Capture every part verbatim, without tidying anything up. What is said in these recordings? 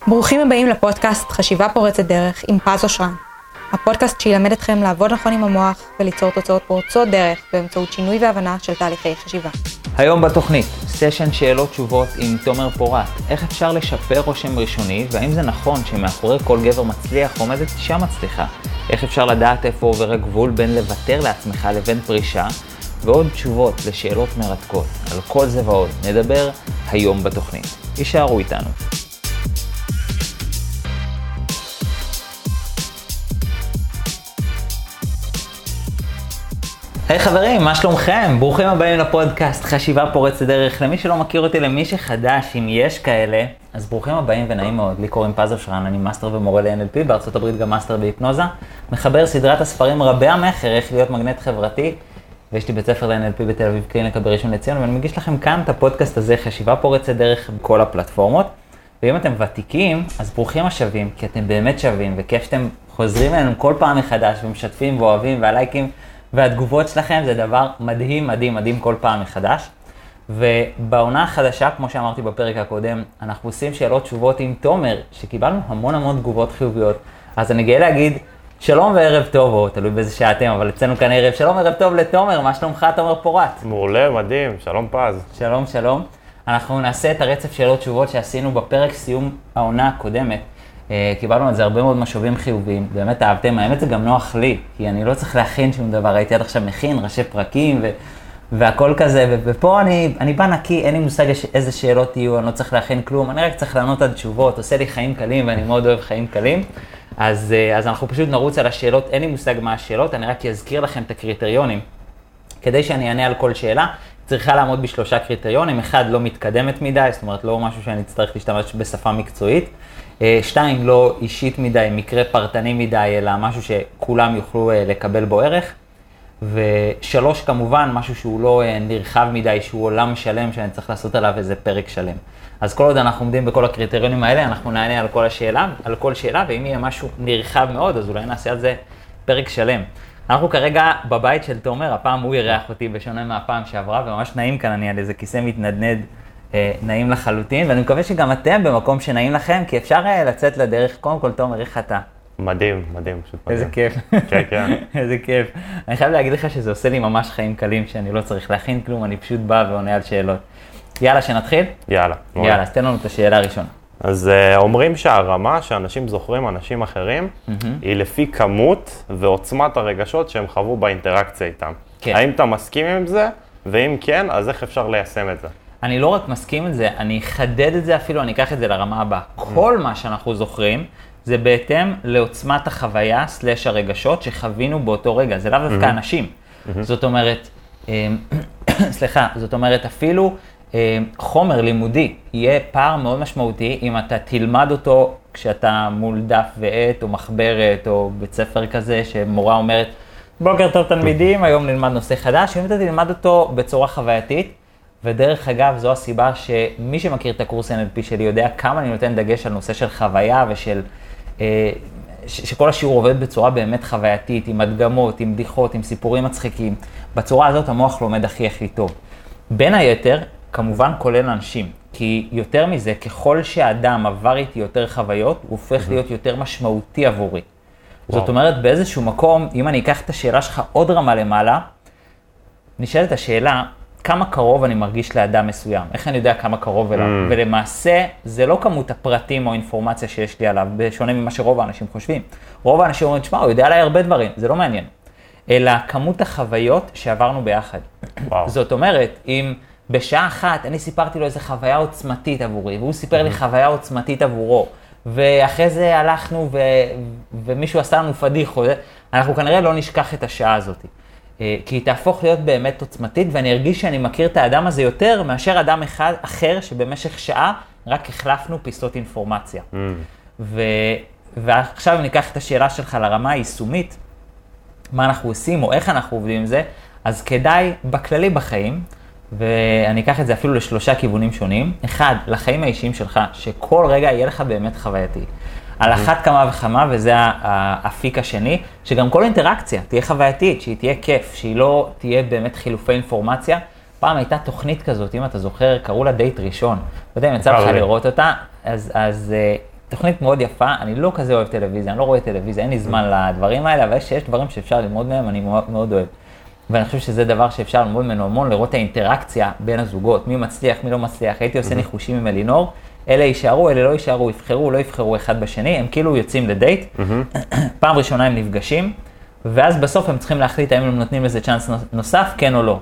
ברוכים הבאים לפודקאסט חשיבה פורצת דרך עם פז אושרן. הפודקאסט שילמד אתכם לעבוד נכון עם המוח וליצור תוצאות פורצות דרך באמצעות שינוי והבנה של תהליכי חשיבה. היום בתוכנית, סשן שאלות תשובות עם תומר פורט. איך אפשר לשפר רושם ראשוני, והאם זה נכון שמאחורי כל גבר מצליח עומדת אישה מצליחה? איך אפשר לדעת איפה עובר הגבול בין לוותר לעצמך לבין פרישה? ועוד תשובות לשאלות מרתקות. על כל זה ועוד נדבר היום בתוכנית. יישארו איתנו. היי hey, חברים, מה שלומכם? ברוכים הבאים לפודקאסט חשיבה פורצת דרך. למי שלא מכיר אותי, למי שחדש, אם יש כאלה, אז ברוכים הבאים ונעים מאוד. לי קוראים פז אושרן, אני מאסטר ומורה ל-אן אל פי, בארצות הברית גם מאסטר בהיפנוזה. מחבר סדרת הספרים רבי המחר, איך להיות מגנט חברתי, ויש לי בית ספר ל-אן אל פי בתל אביב קליניקה בראשון לציון, ואני מגיש לכם כאן את הפודקאסט הזה, חשיבה פורצת דרך בכל הפלטפורמות. ואם אתם ותיקים, אז ברוכים השווים, כי אתם באמת שווים, וכיף שאתם חוזרים אלינו כל פעם מחדש, ומשתפים ואוהבים, והלייקים והתגובות שלכם זה דבר מדהים, מדהים, מדהים כל פעם מחדש. ובעונה החדשה, כמו שאמרתי בפרק הקודם, אנחנו עושים שאלות תשובות עם תומר, שקיבלנו המון המון תגובות חיוביות. אז אני גאה להגיד שלום וערב טוב, או תלוי באיזה שעה אתם, אבל אצלנו כאן ערב. שלום וערב טוב לתומר, מה שלומך תומר פורט? מעולה, מדהים, שלום פז. שלום, שלום. אנחנו נעשה את הרצף שאלות תשובות שעשינו בפרק סיום העונה הקודמת. קיבלנו על זה הרבה מאוד משובים חיוביים, באמת אהבתם, האמת זה גם נוח לי, כי אני לא צריך להכין שום דבר, הייתי עד עכשיו מכין, ראשי פרקים ו- והכל כזה, ו- ופה אני, אני בא נקי, אין לי מושג איזה שאלות יהיו, אני לא צריך להכין כלום, אני רק צריך לענות על תשובות, עושה לי חיים קלים ואני מאוד אוהב חיים קלים, אז, אז אנחנו פשוט נרוץ על השאלות, אין לי מושג מה השאלות, אני רק אזכיר לכם את הקריטריונים, כדי שאני אענה על כל שאלה, צריכה לעמוד בשלושה קריטריונים, אחד לא מתקדמת מדי, זאת אומרת לא משהו שאני צריך להשתמש בשפה מקצועית, שתיים, לא אישית מדי, מקרה פרטני מדי, אלא משהו שכולם יוכלו לקבל בו ערך. ושלוש, כמובן, משהו שהוא לא נרחב מדי, שהוא עולם שלם, שאני צריך לעשות עליו איזה פרק שלם. אז כל עוד אנחנו עומדים בכל הקריטריונים האלה, אנחנו נענה על כל השאלה, על כל שאלה, ואם יהיה משהו נרחב מאוד, אז אולי נעשה על זה פרק שלם. אנחנו כרגע בבית של תומר, הפעם הוא ירח אותי בשונה מהפעם שעברה, וממש נעים כאן, אני על איזה כיסא מתנדנד, נעים לחלוטין, ואני מקווה שגם אתם במקום שנעים לכם, כי אפשר לצאת לדרך. קודם כל, תומר, איך אתה? מדהים, מדהים, פשוט מדהים. איזה כיף. כן, כן. איזה כיף. אני חייב להגיד לך שזה עושה לי ממש חיים קלים, שאני לא צריך להכין כלום, אני פשוט בא ועונה על שאלות. יאללה, שנתחיל? יאללה. יאללה, אז תן לנו את השאלה הראשונה. אז אומרים שהרמה שאנשים זוכרים אנשים אחרים, היא לפי כמות ועוצמת הרגשות שהם חוו באינטראקציה איתם. האם אתה מסכים עם זה? ואם כן, אז איך אפשר ליישם את זה? אני לא רק מסכים את זה, אני אחדד את זה אפילו, אני אקח את זה לרמה הבאה. כל מה שאנחנו זוכרים, זה בהתאם לעוצמת החוויה סלש הרגשות שחווינו באותו רגע. זה לאו דווקא אנשים. זאת אומרת, סליחה, זאת אומרת, אפילו חומר לימודי יהיה פער מאוד משמעותי אם אתה תלמד אותו כשאתה מול דף ועט או מחברת או בית ספר כזה שמורה אומרת, בוקר טוב תלמידים, היום נלמד נושא חדש. אם אתה תלמד אותו בצורה חווייתית, ודרך אגב, זו הסיבה שמי שמכיר את הקורס אן אל פי שלי יודע כמה אני נותן דגש על נושא של חוויה ושל, אה, ש- שכל השיעור עובד בצורה באמת חווייתית, עם הדגמות, עם בדיחות, עם סיפורים מצחיקים. בצורה הזאת המוח לומד הכי הכי טוב. בין היתר, כמובן כולל אנשים, כי יותר מזה, ככל שהאדם עבר איתי יותר חוויות, הוא הופך להיות יותר משמעותי עבורי. וואו. זאת אומרת, באיזשהו מקום, אם אני אקח את השאלה שלך עוד רמה למעלה, נשאלת השאלה, כמה קרוב אני מרגיש לאדם מסוים, איך אני יודע כמה קרוב אליו, mm. ולמעשה זה לא כמות הפרטים או אינפורמציה שיש לי עליו, בשונה ממה שרוב האנשים חושבים. רוב האנשים אומרים, תשמע, הוא יודע עליי הרבה דברים, זה לא מעניין, אלא כמות החוויות שעברנו ביחד. וואו. זאת אומרת, אם בשעה אחת אני סיפרתי לו איזו חוויה עוצמתית עבורי, והוא סיפר mm-hmm. לי חוויה עוצמתית עבורו, ואחרי זה הלכנו ו... ומישהו עשה לנו פדיח, אנחנו כנראה לא נשכח את השעה הזאת. כי היא תהפוך להיות באמת עוצמתית, ואני ארגיש שאני מכיר את האדם הזה יותר מאשר אדם אחד אחר שבמשך שעה רק החלפנו פיסות אינפורמציה. Mm. ו... ועכשיו אם ניקח את השאלה שלך לרמה היישומית, מה אנחנו עושים או איך אנחנו עובדים עם זה, אז כדאי בכללי בחיים, ואני אקח את זה אפילו לשלושה כיוונים שונים. אחד, לחיים האישיים שלך, שכל רגע יהיה לך באמת חווייתי. על אחת כמה וכמה, וזה האפיק השני, שגם כל אינטראקציה תהיה חווייתית, שהיא תהיה כיף, שהיא לא תהיה באמת חילופי אינפורמציה. פעם הייתה תוכנית כזאת, אם אתה זוכר, קראו לה דייט ראשון. לא יודע אם יצא לך לראות אותה, אז, אז תוכנית מאוד יפה, אני לא כזה אוהב טלוויזיה, אני לא רואה טלוויזיה, אין לי זמן לדברים האלה, אבל יש דברים שאפשר ללמוד מהם, אני מאוד, מאוד אוהב. ואני חושב שזה דבר שאפשר ללמוד ממנו המון, לראות את האינטראקציה בין הזוגות, מי מצליח, מי לא מצליח. הייתי עושה ניחושים עם אלינור, אלה יישארו, אלה לא יישארו, יבחרו, לא יבחרו אחד בשני, הם כאילו יוצאים לדייט, פעם ראשונה הם נפגשים, ואז בסוף הם צריכים להחליט האם הם נותנים לזה צ'אנס נוסף, כן או לא.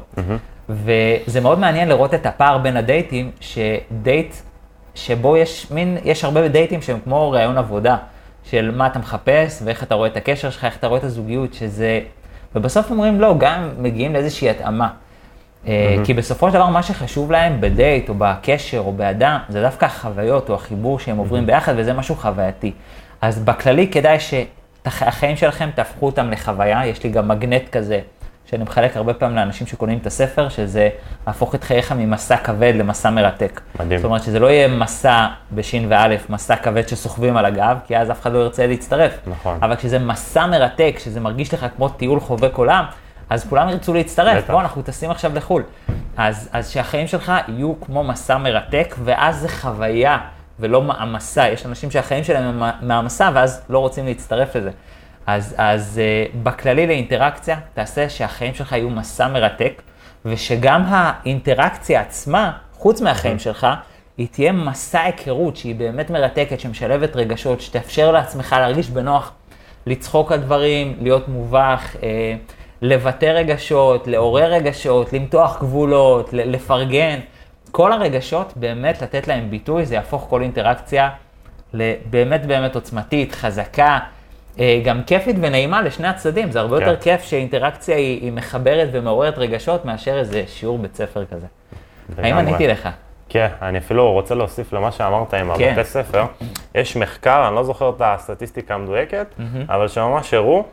וזה מאוד מעניין לראות את הפער בין הדייטים, שדייט שבו יש מין, יש הרבה דייטים שהם כמו רעיון עבודה, של מה אתה מחפש ואיך אתה רואה את הקשר שלך, איך אתה רואה את הזוגיות, שזה... ובסוף אומרים לא, גם מגיעים לאיזושהי התאמה. Mm-hmm. כי בסופו של דבר מה שחשוב להם בדייט או בקשר או באדם, זה דווקא החוויות או החיבור שהם עוברים mm-hmm. ביחד, וזה משהו חווייתי. אז בכללי כדאי שהחיים שלכם תהפכו אותם לחוויה, יש לי גם מגנט כזה, שאני מחלק הרבה פעמים לאנשים שקונים את הספר, שזה להפוך את חייך ממסע כבד למסע מרתק. מדהים. זאת אומרת שזה לא יהיה מסע בשין ואלף, מסע כבד שסוחבים על הגב, כי אז אף אחד לא ירצה להצטרף. נכון. אבל כשזה מסע מרתק, שזה מרגיש לך כמו טיול חובק עולם, אז כולם ירצו להצטרף. בוא, אנחנו טסים עכשיו לחול. אז, אז שהחיים שלך יהיו כמו מסע מרתק, ואז זה חוויה ולא מעמסה. יש אנשים שהחיים שלהם הם מעמסה, ואז לא רוצים להצטרף לזה. אז, אז uh, בכללי לאינטראקציה, תעשה שהחיים שלך יהיו מסע מרתק, ושגם האינטראקציה עצמה, חוץ מהחיים שלך, היא תהיה מסע היכרות שהיא באמת מרתקת, שמשלבת רגשות, שתאפשר לעצמך להרגיש בנוח, לצחוק על דברים, להיות מובך, uh, לבטא רגשות, לעורר רגשות, למתוח גבולות, לפרגן. כל הרגשות באמת לתת להם ביטוי, זה יהפוך כל אינטראקציה לבאמת באמת עוצמתית, חזקה, גם כיפית ונעימה לשני הצדדים. זה הרבה יותר כיף שאינטראקציה היא מחברת ומעוררת רגשות מאשר איזה שיעור בית ספר כזה. האם עניתי לך? כן, אני אפילו רוצה להוסיף למה שאמרת עם הבתי ספר. יש מחקר, אני לא זוכר את הסטטיסטיקה המדויקת, אבל שממש הראו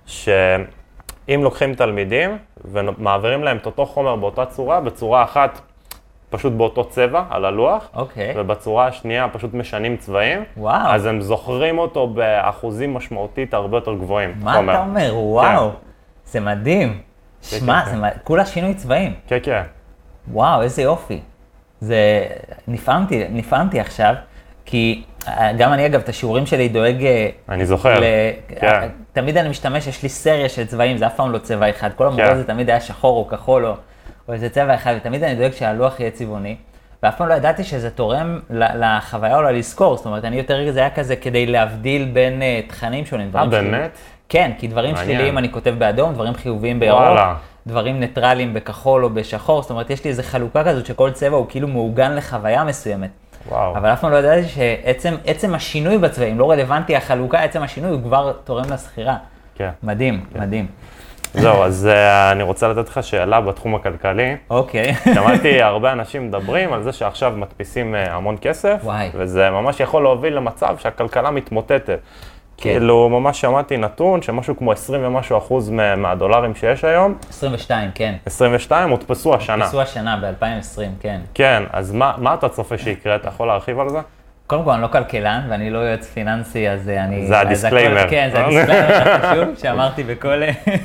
שאם לוקחים תלמידים ומעבירים להם את אותו חומר באותה צורה, בצורה אחת פשוט באותו צבע על הלוח, okay. ובצורה השנייה פשוט משנים צבעים, wow. אז הם זוכרים אותו באחוזים משמעותית הרבה יותר גבוהים. מה חומר. אתה אומר? וואו, כן. זה מדהים. שמע, כן, זה כן. כולה שינוי צבעים. כן, כן. וואו, איזה יופי. זה, נפעמתי, נפעמתי עכשיו, כי גם אני אגב, את השיעורים שלי דואג... אני זוכר, ל... כן. תמיד אני משתמש, יש לי סריה של צבעים, זה אף פעם לא צבע אחד. כל המורה כן. זה תמיד היה שחור או כחול או... או איזה צבע אחד, ותמיד אני דואג שהלוח יהיה צבעוני, ואף פעם לא ידעתי שזה תורם לחוויה או לזכור, זאת אומרת, אני יותר זה היה כזה כדי להבדיל בין uh, תכנים שונים. אה, באמת? כן, כי דברים שליליים אני כותב באדום, דברים חיוביים בירוק, דברים ניטרליים בכחול או בשחור, זאת אומרת, יש לי איזו חלוקה כזאת שכל צבע הוא כאילו מעוגן לחוויה מסוימת. וואו. אבל אף פעם לא ידעתי שעצם עצם השינוי בצבעים, לא רלוונטי החלוקה, עצם השינוי הוא כבר תורם לסחירה. כן. מדהים, כן. מדהים. זהו, אז uh, אני רוצה לתת לך שאלה בתחום הכלכלי. אוקיי. שמעתי הרבה אנשים מדברים על זה שעכשיו מדפיסים uh, המון כסף, וואי. וזה ממש יכול להוביל למצב שהכלכלה מתמוטטת. כן. כאילו, ממש שמעתי נתון שמשהו כמו עשרים ומשהו אחוז מהדולרים שיש היום. עשרים ושתיים, כן. עשרים ושתיים, הודפסו השנה. הודפסו השנה, ב-אלפיים ועשרים, כן. כן, אז מה, מה אתה צופה שיקרה? אתה יכול להרחיב על זה? קודם כל, אני לא כלכלן, ואני לא יועץ פיננסי, אז אני... זה הדיסקליימר. כן, זה הדיסקליימר החשוב שאמרתי בכל,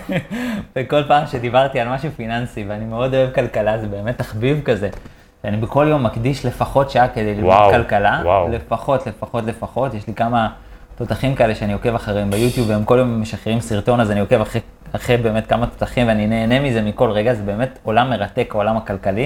בכל פעם שדיברתי על משהו פיננסי, ואני מאוד אוהב כלכלה, זה באמת תחביב כזה. ואני בכל יום מקדיש לפחות שעה כדי ללמוד כלכלה, וואו. לפחות, לפחות, לפחות. יש לי כמה תותחים כאלה שאני עוקב אחריהם ביוטיוב, והם כל יום משחררים סרטון, אז אני עוקב אחרי, אחרי באמת כמה תותחים, ואני נהנה מזה מכל רגע, זה באמת עולם מרתק, העולם הכלכלי.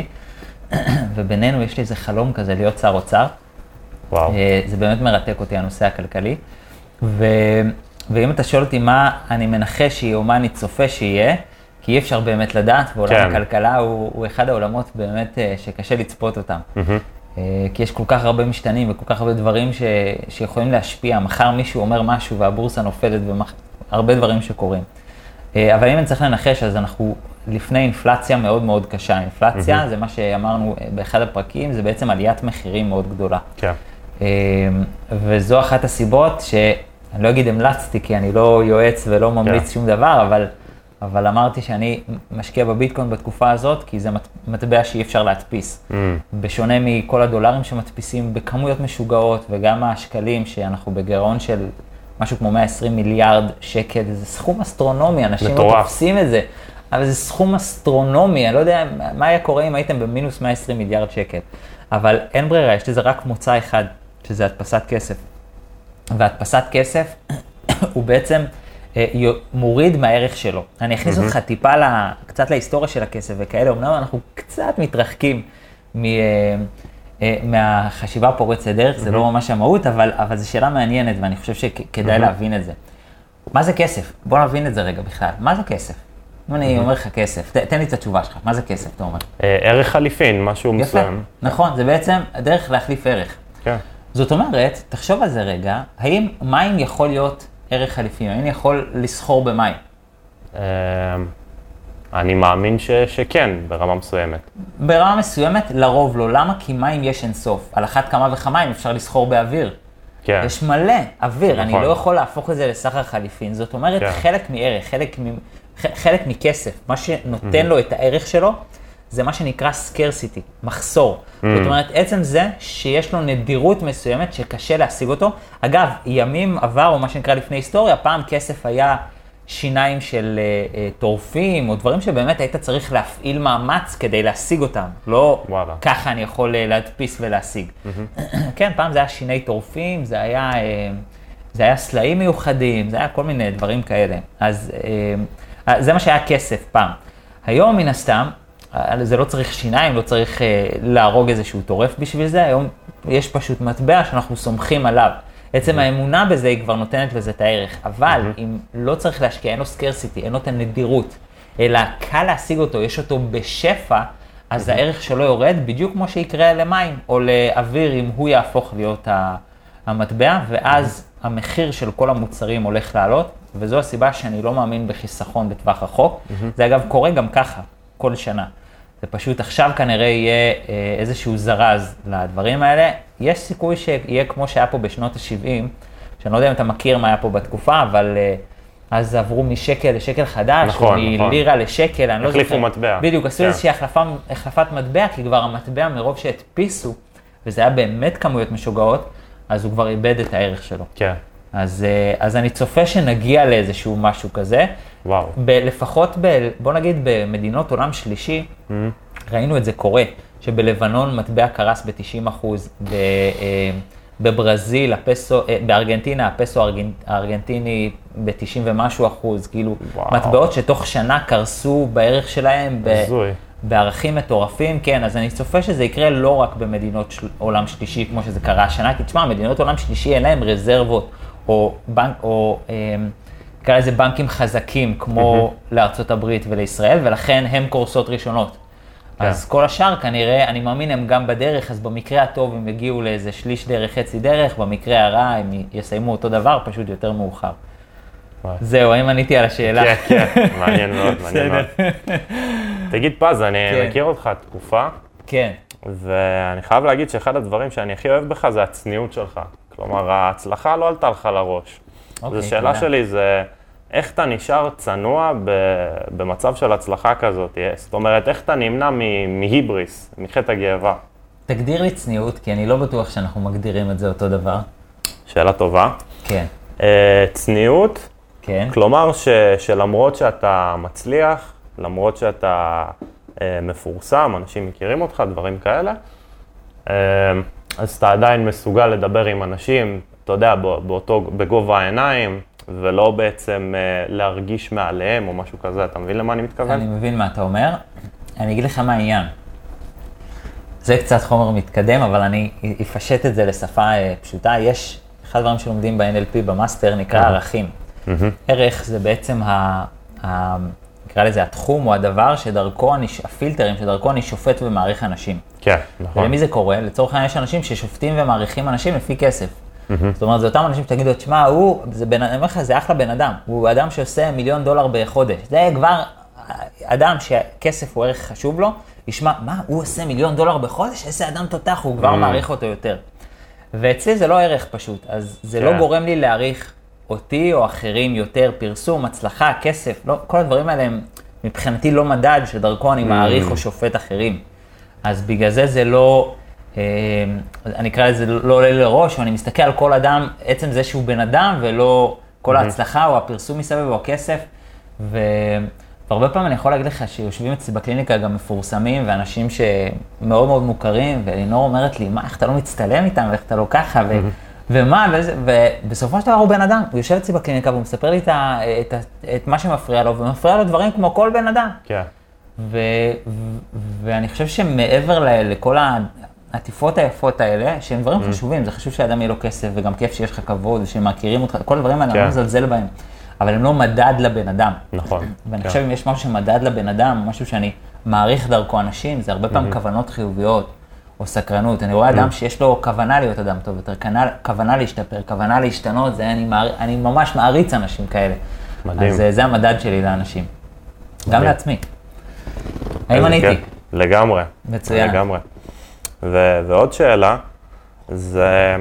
ובינינו יש לי איזה חלום כזה להיות שר אוצר. וואו. זה באמת מרתק אותי, הנושא הכלכלי. ו... ואם אתה שואל אותי מה אני מנחש שיהיה או מה אני צופה שיהיה, כי אי אפשר באמת לדעת, ועולם כן. הכלכלה הוא, הוא אחד העולמות באמת שקשה לצפות אותם. Mm-hmm. כי יש כל כך הרבה משתנים וכל כך הרבה דברים ש... שיכולים להשפיע. מחר מישהו אומר משהו והבורסה נופלת והרבה דברים שקורים. אבל אם אני צריך לנחש, אז אנחנו לפני אינפלציה מאוד מאוד קשה. אינפלציה mm-hmm. זה מה שאמרנו באחד הפרקים, זה בעצם עליית מחירים מאוד גדולה. כן. וזו אחת הסיבות שאני לא אגיד המלצתי, כי אני לא יועץ ולא ממליץ שום דבר, אבל, אבל אמרתי שאני משקיע בביטקוין בתקופה הזאת, כי זה מטבע שאי אפשר להדפיס. Mm. בשונה מכל הדולרים שמדפיסים בכמויות משוגעות, וגם השקלים שאנחנו בגירעון של משהו כמו מאה ועשרים מיליארד שקל, זה סכום אסטרונומי, אנשים לא תופסים את זה, אבל זה סכום אסטרונומי, אני לא יודע מה היה קורה אם הייתם במינוס מאה ועשרים מיליארד שקל. אבל אין ברירה, יש לזה רק מוצא אחד, שזה הדפסת כסף. והדפסת כסף הוא בעצם מוריד מהערך שלו. אני אכניס אותך טיפה קצת להיסטוריה של הכסף וכאלה, אמנם אנחנו קצת מתרחקים מהחשיבה פורצת דרך, זה לא ממש המהות, אבל זו שאלה מעניינת ואני חושב שכדאי להבין את זה. מה זה כסף? בוא נבין את זה רגע בכלל. מה זה כסף? אם אני אומר לך כסף, תן לי את התשובה שלך. מה זה כסף, אתה אומר? ערך חליפין, משהו מסוים. נכון, זה בעצם הדרך להחליף ערך. כן. זאת אומרת, תחשוב על זה רגע, האם מים יכול להיות ערך חליפין? האם יכול לסחור במים? אני מאמין שכן, ברמה מסוימת. ברמה מסוימת, לרוב לא. למה? כי מים יש אינסוף. על אחת כמה וכמה אם אפשר לסחור באוויר. כן. יש מלא אוויר, נכון. אני לא יכול להפוך את זה לסחר חליפין. זאת אומרת, כן. חלק מערך, חלק, מ... חלק מכסף, מה שנותן לו את הערך שלו, זה מה שנקרא scarcity, מחסור. זאת אומרת, עצם זה שיש לו נדירות מסוימת שקשה להשיג אותו. אגב, ימים עבר, או מה שנקרא לפני היסטוריה, פעם כסף היה שיניים של uh, uh, טורפים, או דברים שבאמת היית צריך להפעיל מאמץ כדי להשיג אותם. לא וואלה. ככה אני יכול uh, להדפיס ולהשיג. כן, פעם זה היה שיני טורפים, זה היה, uh, זה היה סלעים מיוחדים, זה היה כל מיני דברים כאלה. אז uh, זה מה שהיה כסף פעם. היום מן הסתם, זה לא צריך שיניים, לא צריך uh, להרוג איזשהו טורף בשביל זה, היום יש פשוט מטבע שאנחנו סומכים עליו. עצם האמונה בזה היא כבר נותנת לזה את הערך, אבל אם לא צריך להשקיע, אין לו סקרסיטי, אין לו את הנדירות, אלא קל להשיג אותו, יש אותו בשפע, אז הערך שלו יורד בדיוק כמו שיקרה למים או לאוויר אם הוא יהפוך להיות המטבע, ואז המחיר של כל המוצרים הולך לעלות, וזו הסיבה שאני לא מאמין בחיסכון בטווח רחוק. זה אגב קורה גם ככה, כל שנה. זה פשוט עכשיו כנראה יהיה איזשהו זרז לדברים האלה. יש סיכוי שיהיה כמו שהיה פה בשנות ה-שבעים, שאני לא יודע אם אתה מכיר מה היה פה בתקופה, אבל אז עברו משקל לשקל חדש, נכון, מלירה נכון. לשקל, אני לא זוכר. החליפו מטבע. בדיוק, עשו כן. איזושהי החלפה, החלפת מטבע, כי כבר המטבע מרוב שהדפיסו, וזה היה באמת כמויות משוגעות, אז הוא כבר איבד את הערך שלו. כן. אז, אז אני צופה שנגיע לאיזשהו משהו כזה. וואו. ב- לפחות, ב- בוא נגיד, במדינות עולם שלישי, mm-hmm. ראינו את זה קורה, שבלבנון מטבע קרס ב-תשעים אחוז, ב- בברזיל, הפסו, בארגנטינה, הפסו הארגנטיני ב-תשעים ומשהו אחוז, כאילו, וואו. מטבעות שתוך שנה קרסו בערך שלהם, ב- בערכים מטורפים, כן, אז אני צופה שזה יקרה לא רק במדינות של... עולם שלישי, כמו שזה קרה השנה, כי תשמע, מדינות עולם שלישי אין להם רזרבות, או בנק, או נקרא לזה בנקים חזקים, כמו mm-hmm. לארצות הברית ולישראל, ולכן הם קורסות ראשונות. כן. אז כל השאר כנראה, אני מאמין, הם גם בדרך, אז במקרה הטוב הם יגיעו לאיזה שליש דרך, חצי דרך, במקרה הרע הם יסיימו אותו דבר, פשוט יותר מאוחר. זהו, האם עניתי על השאלה? כן, כן, מעניין מאוד, מעניין מאוד. תגיד פז, אני מכיר אותך תקופה. כן. ואני חייב להגיד שאחד הדברים שאני הכי אוהב בך זה הצניעות שלך. כלומר, ההצלחה לא עלתה לך לראש. אז השאלה שלי זה, איך אתה נשאר צנוע במצב של הצלחה כזאת? זאת אומרת, איך אתה נמנע מהיבריס, מחטא הגאווה? תגדיר לי צניעות, כי אני לא בטוח שאנחנו מגדירים את זה אותו דבר. שאלה טובה. כן. צניעות, כן. כלומר ש, שלמרות שאתה מצליח, למרות שאתה אה, מפורסם, אנשים מכירים אותך, דברים כאלה, אה, אז אתה עדיין מסוגל לדבר עם אנשים, אתה יודע, באותו, בגובה העיניים, ולא בעצם אה, להרגיש מעליהם או משהו כזה. אתה מבין למה אני מתכוון? אני מבין מה אתה אומר. אני אגיד לך מה העניין. זה קצת חומר מתקדם, אבל אני אפשט את זה לשפה אה, פשוטה. יש אחד הדברים שלומדים ב-אן אל פי במאסטר נקרא ערכים. ערך זה בעצם, ה, ה, נקרא לזה התחום או הדבר שדרכו, אני, הפילטרים שדרכו אני שופט ומעריך אנשים. כן, נכון. ולמי זה קורה? לצורך העניין יש אנשים ששופטים ומעריכים אנשים לפי כסף. זאת אומרת, זה אותם אנשים שתגידו, תשמע, הוא, זה בן, אני אומר לך, זה אחלה בן אדם. הוא אדם שעושה מיליון דולר בחודש. זה כבר אדם שכסף הוא ערך חשוב לו, ישמע, מה, הוא עושה מיליון דולר בחודש? איזה אדם תותח, הוא כבר מעריך אותו יותר. ואצלי זה לא ערך פשוט, אז זה לא גורם לי להעריך אותי או אחרים יותר, פרסום, הצלחה, כסף, לא, כל הדברים האלה הם מבחינתי לא מדד שדרכו אני מעריך או שופט אחרים. אז בגלל זה זה לא, אה, אני אקרא לזה לא עולה לראש, ואני מסתכל על כל אדם, עצם זה שהוא בן אדם ולא כל ההצלחה או הפרסום מסביב או הכסף. ו... והרבה פעמים אני יכול להגיד לך שיושבים אצלי בקליניקה גם מפורסמים ואנשים שמאוד מאוד מוכרים, ואלינור אומרת לי, מה, איך אתה לא מצטלם איתם ואיך אתה לא ככה? ו... ומה, ובסופו של דבר הוא בן אדם, הוא יושב אצלי בקליניקה והוא מספר לי את, את, את מה שמפריע לו, ומפריע לו דברים כמו כל בן אדם. כן. ו, ו, ואני חושב שמעבר ל, לכל העטיפות היפות האלה, שהם דברים mm. חשובים, זה חשוב שאדם יהיה לו כסף, וגם כיף שיש לך כבוד, ושמכירים אותך, כל הדברים האלה, כן. אני לא מזלזל בהם, אבל הם לא מדד לבן אדם. נכון. ואני כן. חושב אם יש משהו שמדד לבן אדם, משהו שאני מעריך דרכו אנשים, זה הרבה פעמים mm-hmm. כוונות חיוביות, או סקרנות. אני רואה אדם שיש לו כוונה להיות אדם טוב יותר, כוונה להשתפר, כוונה להשתנות, זה אני, מער... אני ממש מעריץ אנשים כאלה. מדהים. אז זה המדד שלי לאנשים. מדהים. גם לעצמי. האם עניתי? לגמרי. מצוין. לגמרי. ו... ועוד שאלה, זה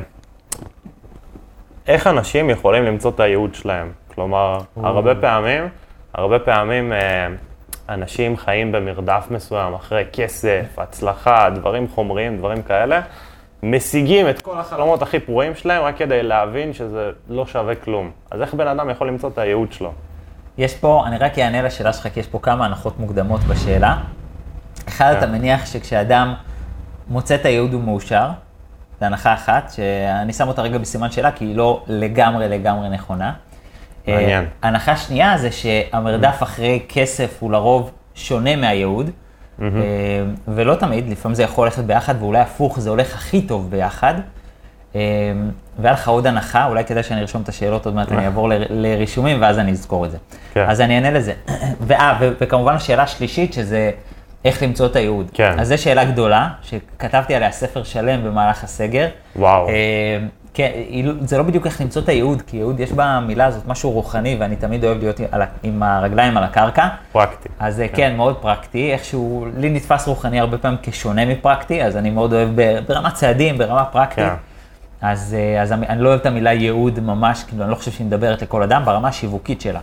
איך אנשים יכולים למצוא את הייעוד שלהם? כלומר, הרבה פעמים, הרבה פעמים אנשים חיים במרדף מסוים, אחרי כסף, הצלחה, דברים חומריים, דברים כאלה, משיגים את כל החלומות הכי פרועים שלהם רק כדי להבין שזה לא שווה כלום. אז איך בן אדם יכול למצוא את הייעוד שלו? יש פה, אני רק אענה לשאלה שלך, כי יש פה כמה הנחות מוקדמות בשאלה. אחד, אתה מניח שכשאדם מוצא את הייעוד הוא מאושר, זו הנחה אחת, שאני שם אותה רגע בסימן שאלה, כי היא לא לגמרי לגמרי נכונה. מעניין. הנחה שנייה זה שהמרדף אחרי כסף הוא לרוב שונה מהייעוד, ולא תמיד, לפעמים זה יכול ללכת ביחד, ואולי הפוך, זה הולך הכי טוב ביחד. והיה לך עוד הנחה, אולי כדאי שאני ארשום את השאלות, עוד מעט אני אעבור לרישומים, ואז אני אזכור את זה. אז אני אענה לזה. וכמובן השאלה השלישית, שזה איך למצוא את הייעוד. אז זו שאלה גדולה, שכתבתי עליה ספר שלם במהלך הסגר. וואו. כן, זה לא בדיוק איך למצוא את הייעוד, כי ייעוד יש במילה הזאת משהו רוחני, ואני תמיד אוהב להיות עם הרגליים על הקרקע. פרקטי. אז כן, מאוד פרקטי, איכשהו לי נתפס רוחני הרבה פעמים כשונה מפרקטי, אז אני מאוד אוהב ברמה צעדים, ברמה פרקטית. אז אני לא אוהב את המילה ייעוד ממש, כאילו אני לא חושב שהיא מדברת לכל אדם, ברמה השיווקית שלה.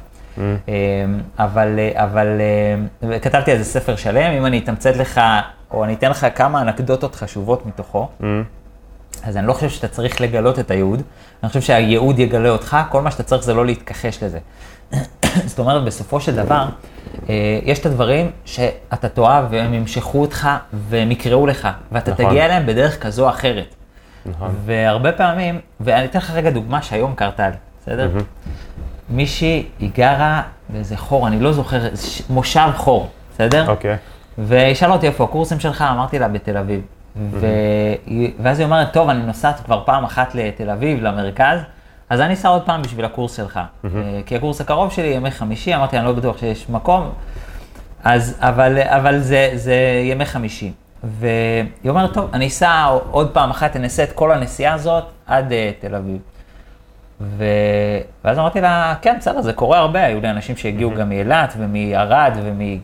אבל, אבל כתבתי על זה ספר שלם, אם אני אתמצת לך, או אני אתן לך כמה אנקדוטות חשובות מתוכו, אז אני לא חושב שאתה צריך לגלות את הייעוד, אני חושב שהייעוד יגלה אותך, כל מה שאתה צריך זה לא להתכחש לזה. זאת אומרת, בסופו של דבר, יש את הדברים שאתה תאהב והם ימשכו אותך והם יקראו לך, ואתה נכון. תגיע אליהם בדרך כזו או אחרת. נכון. והרבה פעמים, ואני אתן לך רגע דוגמה שהיום קרתה לי, בסדר? Mm-hmm. מישהי היא גרה באיזה חור, אני לא זוכר, מושב חור, בסדר? אוקיי. Okay. והיא שאלה אותי איפה הקורסים שלך, אמרתי לה בתל אביב. ו... ואז היא אומרת, טוב, אני נוסעת כבר פעם אחת לתל אביב, למרכז, אז אני אסע עוד פעם בשביל הקורס שלך. כי הקורס הקרוב שלי, ימי חמישי, אמרתי, אני לא בטוח שיש מקום, אז, אבל, אבל זה, זה ימי חמישי. והיא אומרת, טוב, אני אסע עוד פעם אחת, אני אעשה את כל הנסיעה הזאת עד uh, תל אביב. ו... ואז אמרתי לה, כן, בסדר, זה קורה הרבה, היו לי אנשים שהגיעו גם מאילת ומערד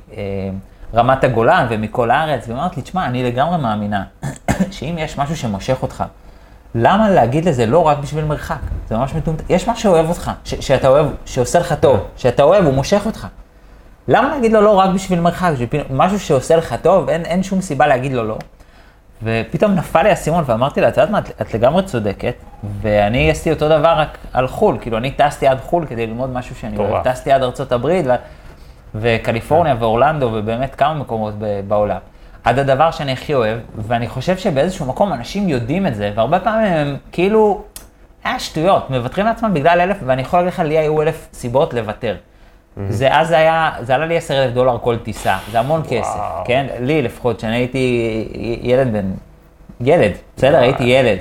ומרמת הגולן ומכל הארץ, ואמרת לי, תשמע, אני לגמרי מאמינה שאם יש משהו שמושך אותך, למה להגיד לזה לא רק בשביל מרחק? זה ממש מטומטם. יש משהו שאוהב אותך, ש- שאתה אוהב, שעושה לך טוב, שאתה אוהב, הוא מושך אותך. למה להגיד לו לא רק בשביל מרחק? משהו שעושה לך טוב, אין, אין שום סיבה להגיד לו לא. ופתאום נפל לי הסימון ואמרתי לה, את יודעת מה, את, את לגמרי צודקת, ואני עשיתי אותו דבר רק על חול, כאילו אני טסתי עד חול כדי ללמוד משהו שאני אוהב, טסתי עד ארצות הברית ו... וקליפורניה ואורלנדו ובאמת כמה מקומות בעולם. עד הדבר שאני הכי אוהב, ואני חושב שבאיזשהו מקום אנשים יודעים את זה, והרבה פעמים הם כאילו, אה, שטויות, מבטרים לעצמם בגלל אלף, ואני יכול להגיד לך, לי היו אלף סיבות לוותר. זה אז היה, זה עלה לי עשרת אלפים דולר כל טיסה, זה המון כסף, כן? לי לפחות, שאני הייתי ילד בן, ילד, בסדר? הייתי ילד,